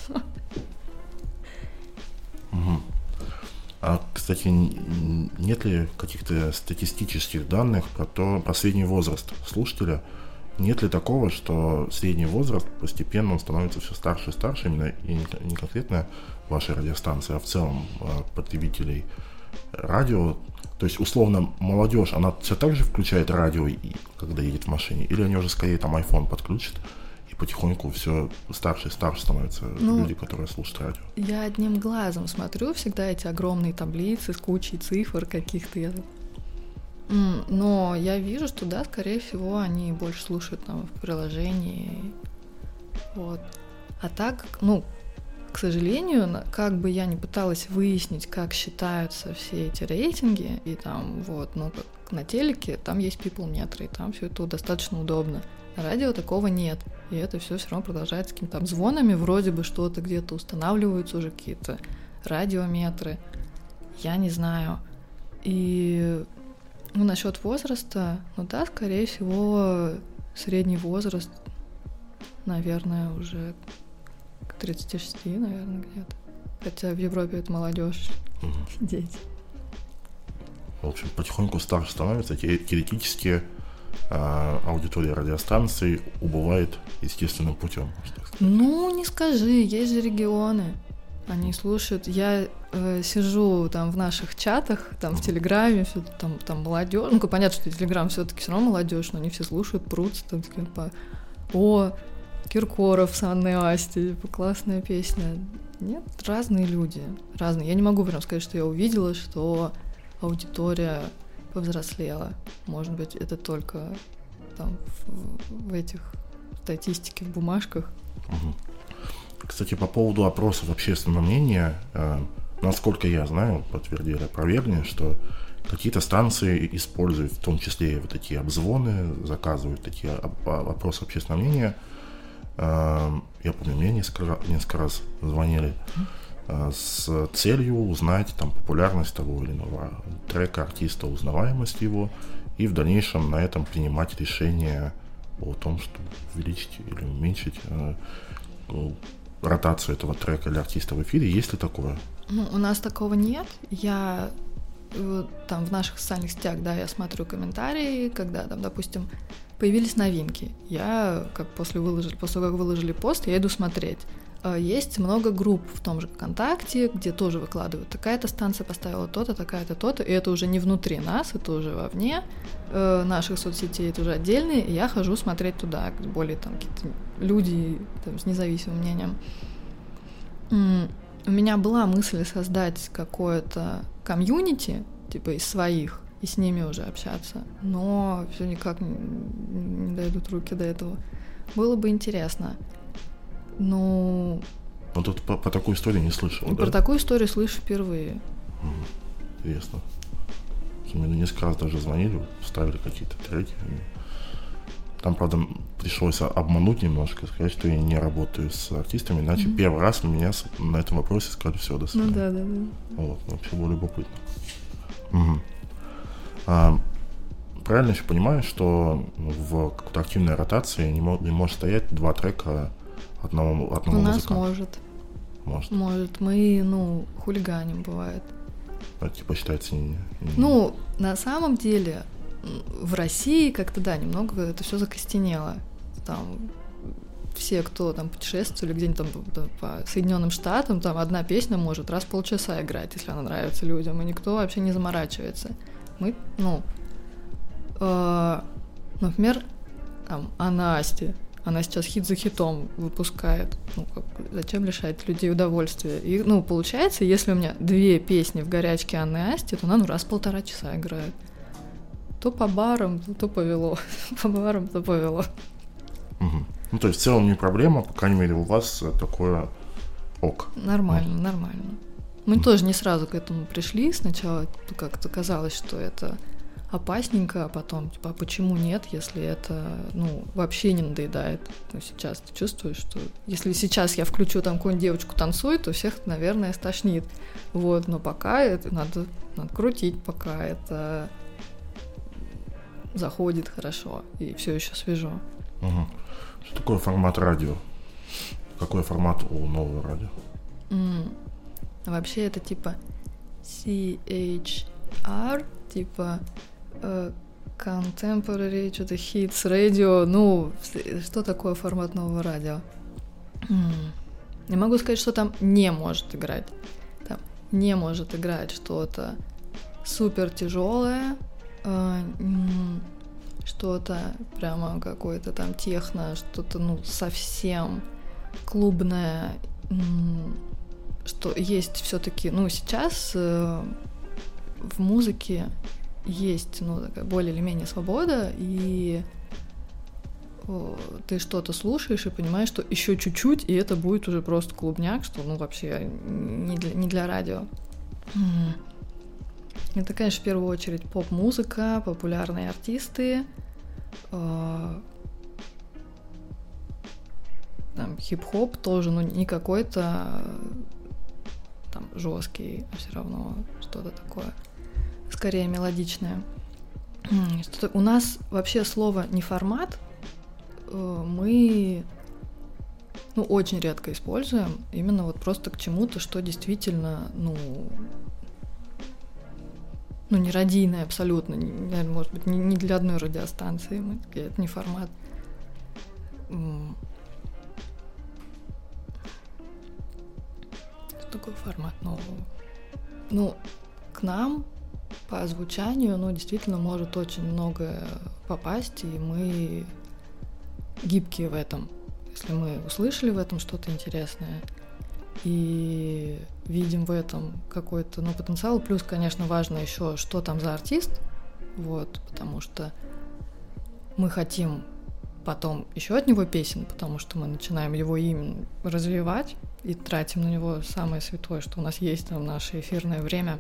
А, кстати, нет ли каких-то статистических данных про средний возраст слушателя? Нет ли такого, что средний возраст постепенно он становится все старше и старше, именно и не конкретно вашей радиостанции, а в целом потребителей радио? То есть, условно, молодежь, она все так же включает радио, когда едет в машине, или они уже скорее там iPhone подключат и потихоньку все старше и старше становятся люди, которые слушают радио. Я одним глазом смотрю всегда эти огромные таблицы с кучей цифр каких-то. Но я вижу, что да, скорее всего, они больше слушают там в приложении. Вот. А так, к сожалению, как бы я ни пыталась выяснить, как считаются все эти рейтинги, и там как на телеке, там есть people-метры, и там все это достаточно удобно. На радио такого нет. И это все равно продолжается какими-то там звонами, вроде бы что-то где-то устанавливаются уже какие-то радиометры. Я не знаю. И насчет возраста, да, скорее всего, средний возраст, наверное, уже к 36, наверное, где-то. Хотя в Европе это молодежь, дети. В общем, потихоньку старше становится. Теоретически аудитория радиостанций убывает естественным путем. Не скажи, есть же регионы. Они слушают. Я сижу там в наших чатах, там в Телеграме, все там молодежь. Понятно, что Телеграм все-таки все равно молодежь, но они все слушают, прутся там такие Киркоров с Анной Асти, классная песня. Нет, разные люди, разные. Я не могу прям сказать, что я увидела, что аудитория повзрослела. Может быть, это только там в этих статистике, в бумажках. Кстати, по поводу опросов общественного мнения, насколько я знаю, подтвердили, опровергли, что какие-то станции используют в том числе и вот такие обзвоны, заказывают такие опросы общественного мнения. Я помню, мне несколько раз звонили с целью узнать там популярность того или иного трека, артиста, узнаваемость его, и в дальнейшем на этом принимать решение о том, что увеличить или уменьшить ротацию этого трека или артиста в эфире. Есть ли такое? У нас такого нет. Я там в наших социальных сетях, да, я смотрю комментарии, когда там, допустим, появились новинки. Я, после того, как выложили пост, я иду смотреть. Есть много групп в том же ВКонтакте, где тоже выкладывают. Такая-то станция поставила то-то, такая-то то-то, и это уже не внутри нас, это уже вовне наших соцсетей, это уже отдельные, и я хожу смотреть туда, где более там какие-то люди там, с независимым мнением. У меня была мысль создать какое-то комьюнити, типа из своих, и с ними уже общаться, но все никак не дойдут руки до этого. Было бы интересно. Ну, тут по такой истории не слышал, да? Про такую историю слышу впервые. Интересно. Мне несколько раз даже звонили, ставили какие-то треки. Там, правда, пришлось обмануть немножко, сказать, что я не работаю с артистами, иначе первый раз меня на этом вопросе сказали: все, до свидания. Да. Вот, вообще было любопытно. Правильно еще понимаю, что в какой-то активной ротации не может стоять два трека одного музыканта? У нас может. Может. Мы, хулиганим, бывает. Это типа считается не... На самом деле, в России как-то, да, немного это все закостенело. Там все, кто там путешествовали где-нибудь там по Соединенным Штатам, там одна песня может раз в полчаса играть, если она нравится людям, и никто вообще не заморачивается. Мы, например, там, Анна Асти, она сейчас хит за хитом выпускает. Зачем лишать людей удовольствия? И, получается, если у меня 2 песни в горячке Анны Асти, то она раз в 1,5 часа играет. То по барам, то повело. По барам, то повело. То есть в целом не проблема, по крайней мере, у вас такое ок. Нормально. Мы тоже не сразу к этому пришли. Сначала как-то казалось, что это опасненько, а потом, а почему нет, если это, вообще не надоедает. Сейчас ты чувствуешь, что если сейчас я включу там какую-нибудь девочку танцует, то всех, наверное, стошнит. Но пока это надо крутить, пока это заходит хорошо и все еще свежо. Что такое формат радио? Какой формат у нового радио? Вообще это типа CHR, типа Contemporary, что-то Hits Radio. Что такое формат нового радио? Не могу сказать, что там не может играть. Там не может играть что-то супер тяжелое, что-то прямо какое-то там техно, что-то, ну, совсем клубное, что есть все-таки, ну, сейчас в музыке есть, ну, такая более или менее свобода, и ты что-то слушаешь и понимаешь, что еще чуть-чуть, и это будет уже просто клубняк, что, ну, вообще не для радио. Это, конечно, в первую очередь поп-музыка, популярные артисты, там, хип-хоп тоже, ну, не какой-то там жесткий, а все равно что-то такое, скорее мелодичное. У нас вообще слово «неформат» мы, ну, очень редко используем, именно вот просто к чему-то, что действительно, ну, не радийное абсолютно, наверное, может быть, не для одной радиостанции, это не формат. Что такое формат нового? Ну, к нам по звучанию, ну, действительно может очень многое попасть, и мы гибкие в этом. Если мы услышали в этом что-то интересное и видим в этом какой-то, ну, потенциал, плюс, конечно, важно еще, что там за артист, вот, потому что мы хотим потом еще от него песен, потому что мы начинаем его имя развивать и тратим на него самое святое, что у нас есть, там, наше эфирное время.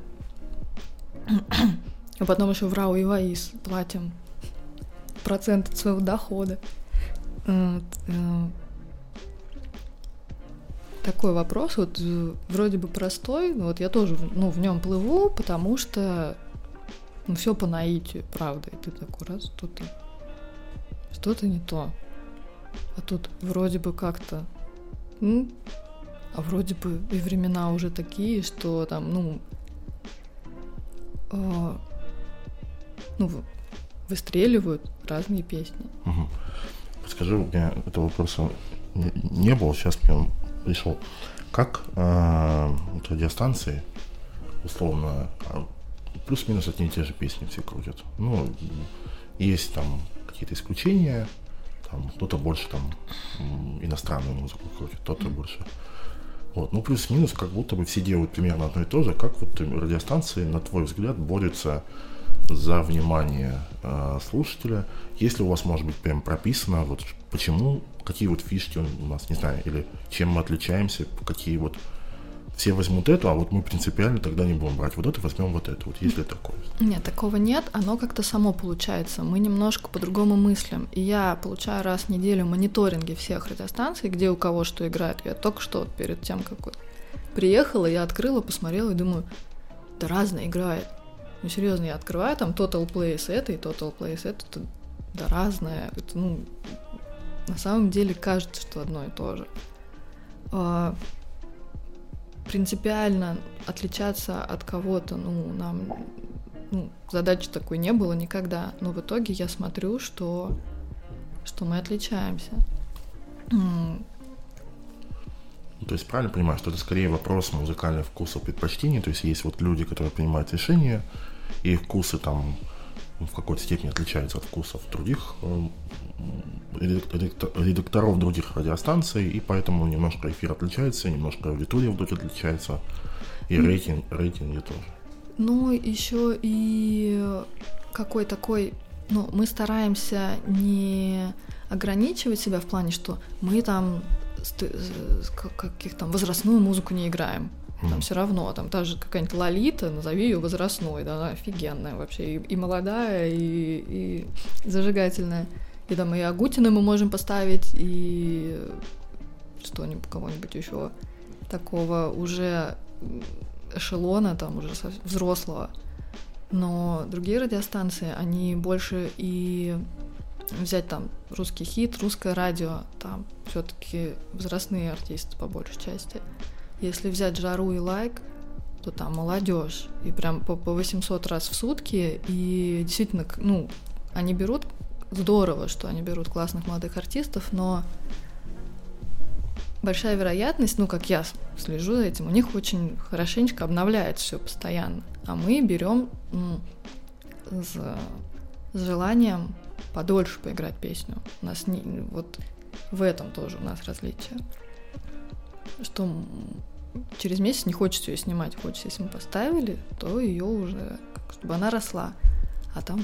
А потом еще в РАО и ВАИС платим процент от своего дохода. Такой вопрос, вот вроде бы простой, но вот я тоже, ну, в нем плыву, потому что, ну, все по наитию, правда, и ты такой раз, что-то не то, а тут вроде бы как-то, а вроде бы и времена уже такие, что там, выстреливают разные песни. Угу. Скажи, у меня этого вопроса не было, сейчас мне он пришел. Как вот радиостанции, условно, плюс-минус одни и те же песни все крутят. Ну, есть там какие-то исключения, там кто-то больше там иностранную музыку крутит, кто-то больше. Вот. Ну, плюс-минус, как будто бы все делают примерно одно и то же. Как вот радиостанции, на твой взгляд, борются за внимание слушателя? Если у вас, может быть, прям прописано, вот почему, какие вот фишки у нас, не знаю, или чем мы отличаемся, какие вот все возьмут это, а вот мы принципиально тогда не будем брать вот это, возьмем вот это, вот есть ли такое? Нет, такого нет, оно как-то само получается, мы немножко по-другому мыслим, и я получаю раз в неделю мониторинги всех радиостанций, где у кого что играет. Я только что перед тем, как вот приехала, я открыла, посмотрела и думаю, да разное играет. Ну, серьезно, я открываю, там Total Plays это и Total Plays это, да разное, это, ну, на самом деле кажется, что одно и то же. Принципиально отличаться от кого-то, нам задачи такой не было никогда, но в итоге я смотрю, что мы отличаемся. То есть правильно понимаю, что это скорее вопрос музыкальных вкусов, предпочтений, то есть есть вот люди, которые принимают решения, и их вкусы там в какой-то степени отличаются от вкусов других редакторов других радиостанций, и поэтому немножко эфир отличается, немножко аудитория вдруг отличается, и рейтинги тоже. Ну, еще и какой такой, мы стараемся не ограничивать себя в плане, что мы там каких-то возрастную музыку не играем. Там все равно, там та же какая-нибудь Лолита, назови ее возрастной, да, она офигенная вообще, и молодая, и зажигательная. И там и Агутина мы можем поставить, и что-нибудь, кого-нибудь еще такого уже эшелона, там уже взрослого. Но другие радиостанции, они больше и взять там русский хит, русское радио, там все-таки возрастные артисты по большей части. Если взять Жару и Лайк, то там молодежь, и прям по 800 раз в сутки, и действительно, они берут, здорово, что они берут классных молодых артистов, но большая вероятность, как я слежу за этим, у них очень хорошенечко обновляется все постоянно, а мы берем с желанием подольше поиграть песню. У нас вот в этом тоже у нас различие. Что через месяц не хочется ее снимать, хочется, если мы поставили, то ее уже, чтобы она росла. А там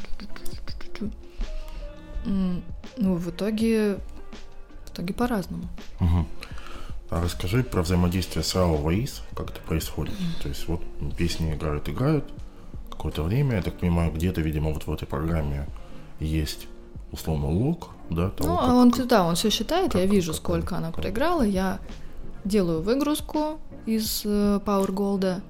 в итоге по-разному. Угу. А расскажи про взаимодействие с RAW Voice, как это происходит. То есть вот песни играют какое-то время, я так понимаю, где-то, видимо, вот в этой программе есть условно лог, да? Того, он все считает, я вижу, сколько она проиграла, я делаю выгрузку из Power Gold.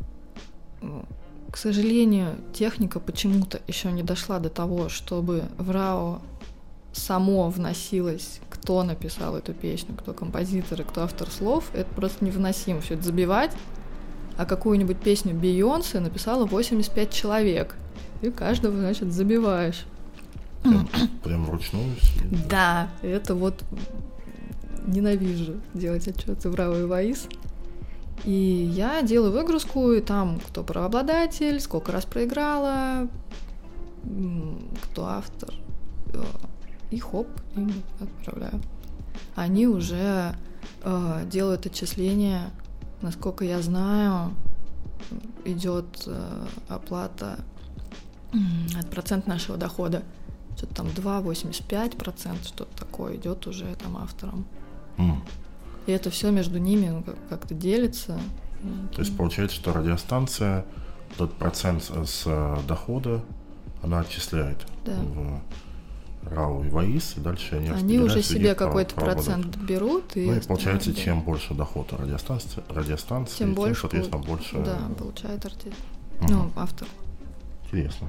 К сожалению, техника почему-то еще не дошла до того, чтобы в RAW само вносилось, кто написал эту песню, кто композитор и кто автор слов. Это просто невыносимо все это забивать. А какую-нибудь песню Бейонсе написало 85 человек. И каждого, значит, забиваешь. Прям вручную? Да, это вот ненавижу делать отчеты в RAW и Voice. И я делаю выгрузку, и там кто правообладатель, сколько раз проиграла, кто автор, и хоп, им отправляю. Они уже делают отчисления, насколько я знаю, идет оплата от процента нашего дохода. Что-то там 2,85%, что-то такое идет уже там авторам. И это все между ними как-то делится. То есть получается, что радиостанция тот процент с дохода она отчисляет в RAW и Voice, и дальше они уже себе какой-то процент берут. И получается, чем больше доход радиостанции, тем больше, соответственно, больше... Да, получает артист. Автор. Интересно.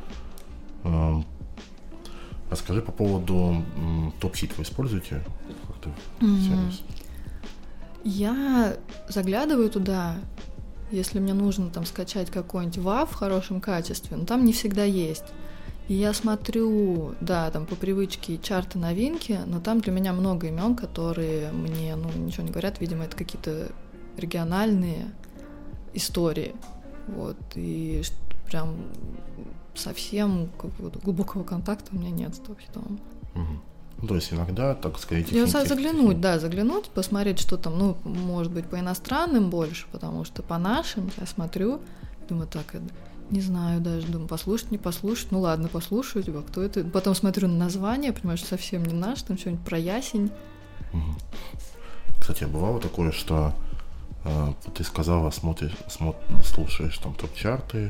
Расскажи по поводу топ-хит. Вы используете как-то сервис? Я заглядываю туда, если мне нужно там скачать какой-нибудь WAV в хорошем качестве, но там не всегда есть. И я смотрю, да, там по привычке чарты новинки, но там для меня много имен, которые мне, ничего не говорят, видимо, это какие-то региональные истории, вот, и прям совсем глубокого контакта у меня нет с топ-хитом. То есть иногда, так сказать... Заглянуть, посмотреть, что там, может быть, по иностранным больше, потому что по нашим я смотрю, думаю, так, не знаю даже, думаю, послушать, не послушать, ладно, послушаю, кто это. Потом смотрю на название, понимаю, что совсем не наш, там что-нибудь про ясень. Кстати, бывало такое, что ты сказала, слушаешь там топ-чарты,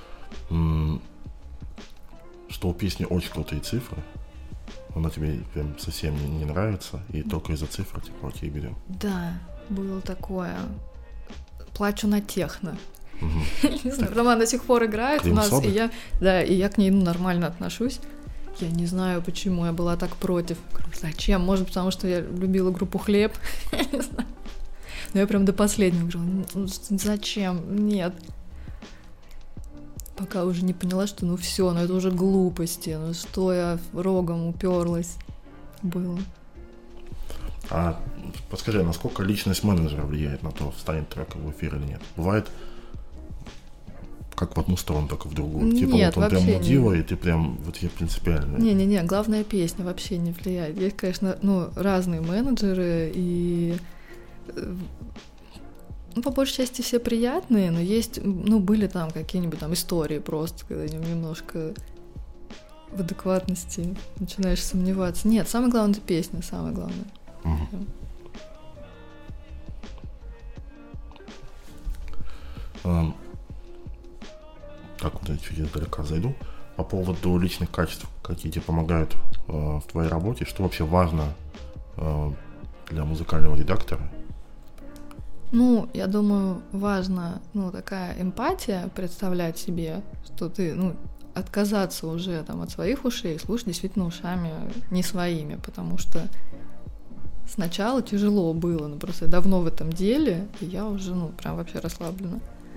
что у песни очень крутые цифры, она тебе прям совсем не нравится, и только из-за цифр типа окей, берем. Да, было такое. Плачу на техно. Не знаю, потому она до сих пор играет у нас, и я к ней нормально отношусь. Я не знаю, почему я была так против. Зачем? Может, потому что я любила группу «Хлеб». Не знаю. Но я прям до последнего говорила, зачем? Нет. Пока уже не поняла, что все, это уже глупости, что я рогом уперлась было. А подскажи, насколько личность менеджера влияет на то, встанет трек в эфир или нет? Бывает как в одну сторону, так и в другую. Нет, вот он прям мудила, и ты прям вот я принципиально. Не, главная песня вообще не влияет. Есть, конечно, разные менеджеры, и по большей части все приятные, но есть, были там какие-нибудь там истории просто, когда немножко в адекватности начинаешь сомневаться. Нет, самое главное — это песня, самое главное. Так, вот я чуть издалека зайду. По поводу личных качеств, какие тебе помогают в твоей работе, что вообще важно для музыкального редактора? Я думаю, важно, такая эмпатия представлять себе, что ты, отказаться уже там от своих ушей, слушать действительно ушами не своими, потому что сначала тяжело было, просто я давно в этом деле, и я уже, прям вообще расслаблена.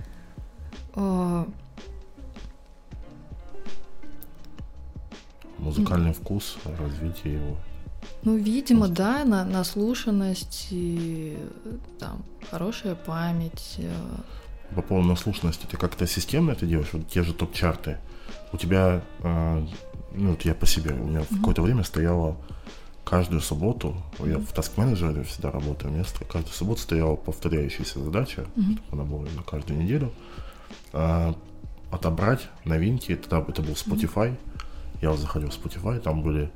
Музыкальный вкус, развитие его. Видимо, да, наслушанность и там хорошая память. По поводу наслушанности, ты как-то системно это делаешь? Вот те же топ-чарты. У тебя Ну, вот я по себе. У меня в какое-то время стояло каждую субботу, я в таск-менеджере всегда работаю, у меня каждую субботу стояла повторяющаяся задача, чтобы она была на каждую неделю, отобрать новинки. Тогда это был Spotify. Я вот заходил в Spotify, там были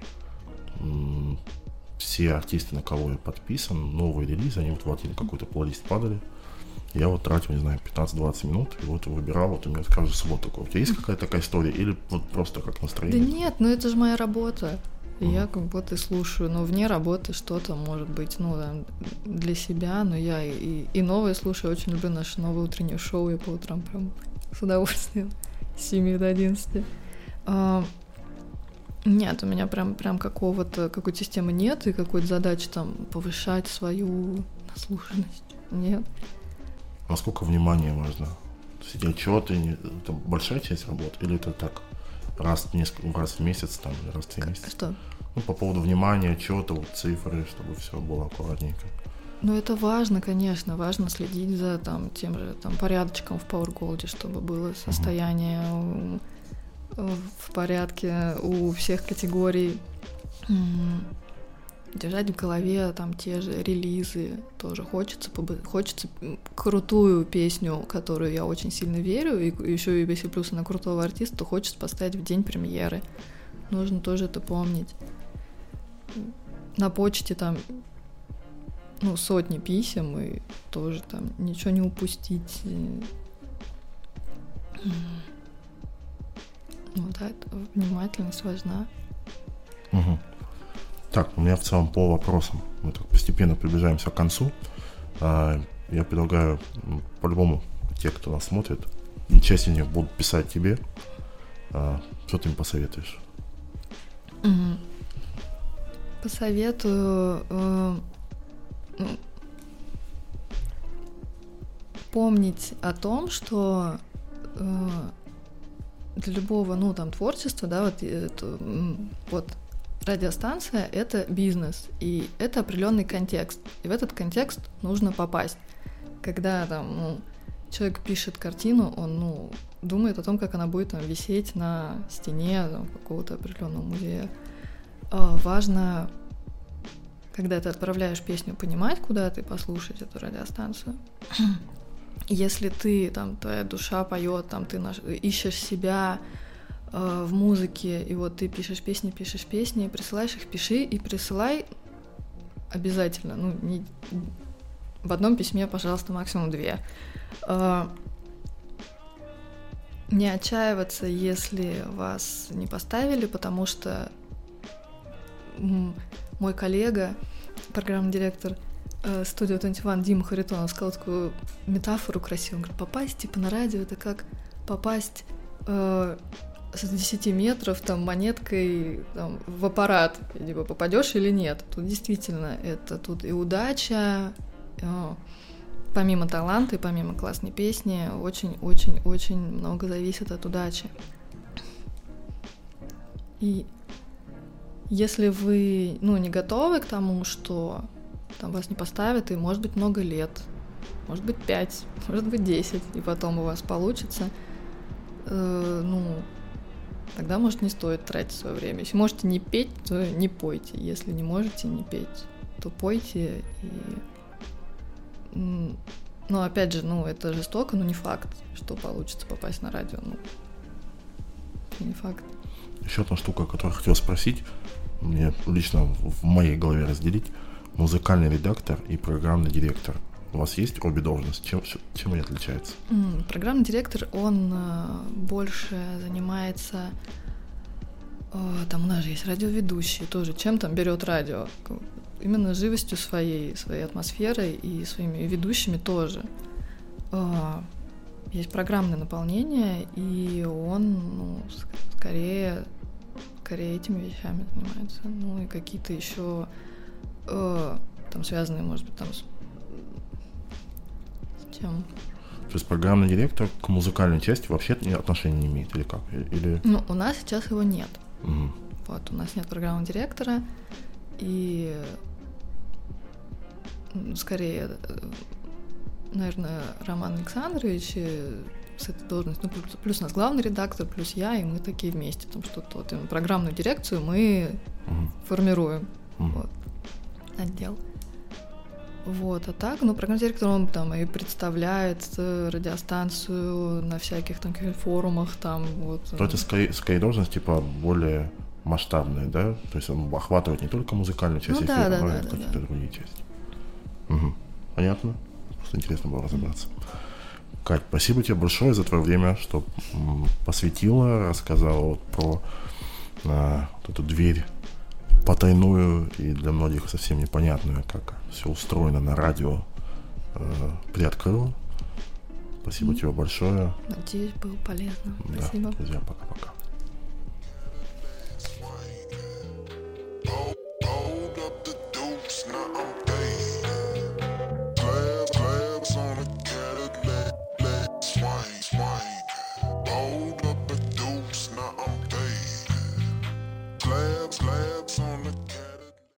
все артисты, на кого я подписан, новые релизы, они вот в один какой-то плейлист падали. Я вот тратил, не знаю, 15-20 минут, и вот выбирал, вот у меня каждую субботу такое. У тебя есть какая-то такая история, или вот просто как настроение? Да нет, ну это же моя работа. И я как будто слушаю, но вне работы что-то может быть, ну, там, для себя, но я и новое слушаю, очень люблю наше новое утреннее шоу, я по утрам прям с удовольствием с 7 до 11. Нет, у меня прям какой-то системы нет, и какой-то задачи там повышать свою наслушанность. Нет. Насколько внимание важно? Эти отчеты, это большая часть работы, или это так, раз в месяц, там, или раз в 3 месяца? Что? Ну, по поводу внимания, отчета, вот, цифры, чтобы все было аккуратненько. Ну, это важно, конечно, важно следить за там, тем же там, порядочком в Power Gold, чтобы было состояние в порядке у всех категорий. Держать в голове там те же релизы тоже хочется крутую песню, которую я очень сильно верю, и еще и если плюс на крутого артиста, то хочется поставить в день премьеры. Нужно тоже это помнить. На почте там сотни писем, и тоже там ничего не упустить. Да, это внимательность важна. Угу. Так, у меня в целом по вопросам. Мы так постепенно приближаемся к концу. Я предлагаю, по-любому, те, кто нас смотрит, часть из них будут писать тебе. Что ты им посоветуешь? Посоветую помнить о том, что для любого, творчества, да, вот радиостанция — это бизнес, и это определенный контекст, и в этот контекст нужно попасть. Когда человек пишет картину, он думает о том, как она будет висеть на стене какого-то определенного музея. Важно, когда ты отправляешь песню, понимать, куда ты послушать эту радиостанцию. Если твоя душа поет, ты ищешь себя в музыке, и вот ты пишешь песни, присылаешь их, пиши и присылай обязательно. Не в одном письме, пожалуйста, максимум 2. Не отчаиваться, если вас не поставили, потому что мой коллега, программный директор студии 21 Дима Харитонов сказал такую метафору красивую. Он говорит, попасть на радио — это как попасть с 10 метров монеткой в аппарат. Либо попадешь или нет. Тут действительно это тут и удача, помимо таланта и помимо классной песни, очень-очень-очень много зависит от удачи. И если вы, не готовы к тому, что вас не поставят, и может быть много лет, может быть 5, может быть 10, и потом у вас получится, тогда, может, не стоит тратить свое время. Если можете не петь, то не пойте. Если не можете не петь, то пойте. Но опять же, это жестоко, но не факт, что получится попасть на радио. Это не факт. Еще одна штука, которую хотел спросить, мне лично в моей голове разделить: музыкальный редактор и программный директор. У вас есть обе должности? Чем они отличаются? Программный директор, он больше занимается... Там у нас же есть радиоведущий тоже. Чем берет радио? Именно живостью своей атмосферой и своими ведущими тоже. Есть программное наполнение, и он скорее этими вещами занимается. И какие-то еще связанные, может быть, с чем? То есть программный директор к музыкальной части вообще отношения не имеет, или как? Или... у нас сейчас его нет. Угу. Вот, у нас нет программного директора, и скорее, наверное, Роман Александрович с этой должностью. Ну, плюс у нас главный редактор, плюс я, и мы такие вместе. Там что-то вот именно программную дирекцию мы формируем. Вот, отдел. Вот, а так, ну, программный директор, он там и представляет радиостанцию на всяких там форумах, там, вот. То это скорее должность, типа, более масштабная, да? То есть он охватывает не только музыкальную часть эфира, но и какие-то другие части. Понятно? Просто интересно было разобраться. Кать, спасибо тебе большое за твое время, что посвятила, рассказала вот про вот эту дверь потайную и для многих совсем непонятную, как все устроено на радио, приоткрыла. Спасибо тебе большое. Надеюсь, было полезно. Да, Спасибо. друзья, пока-пока.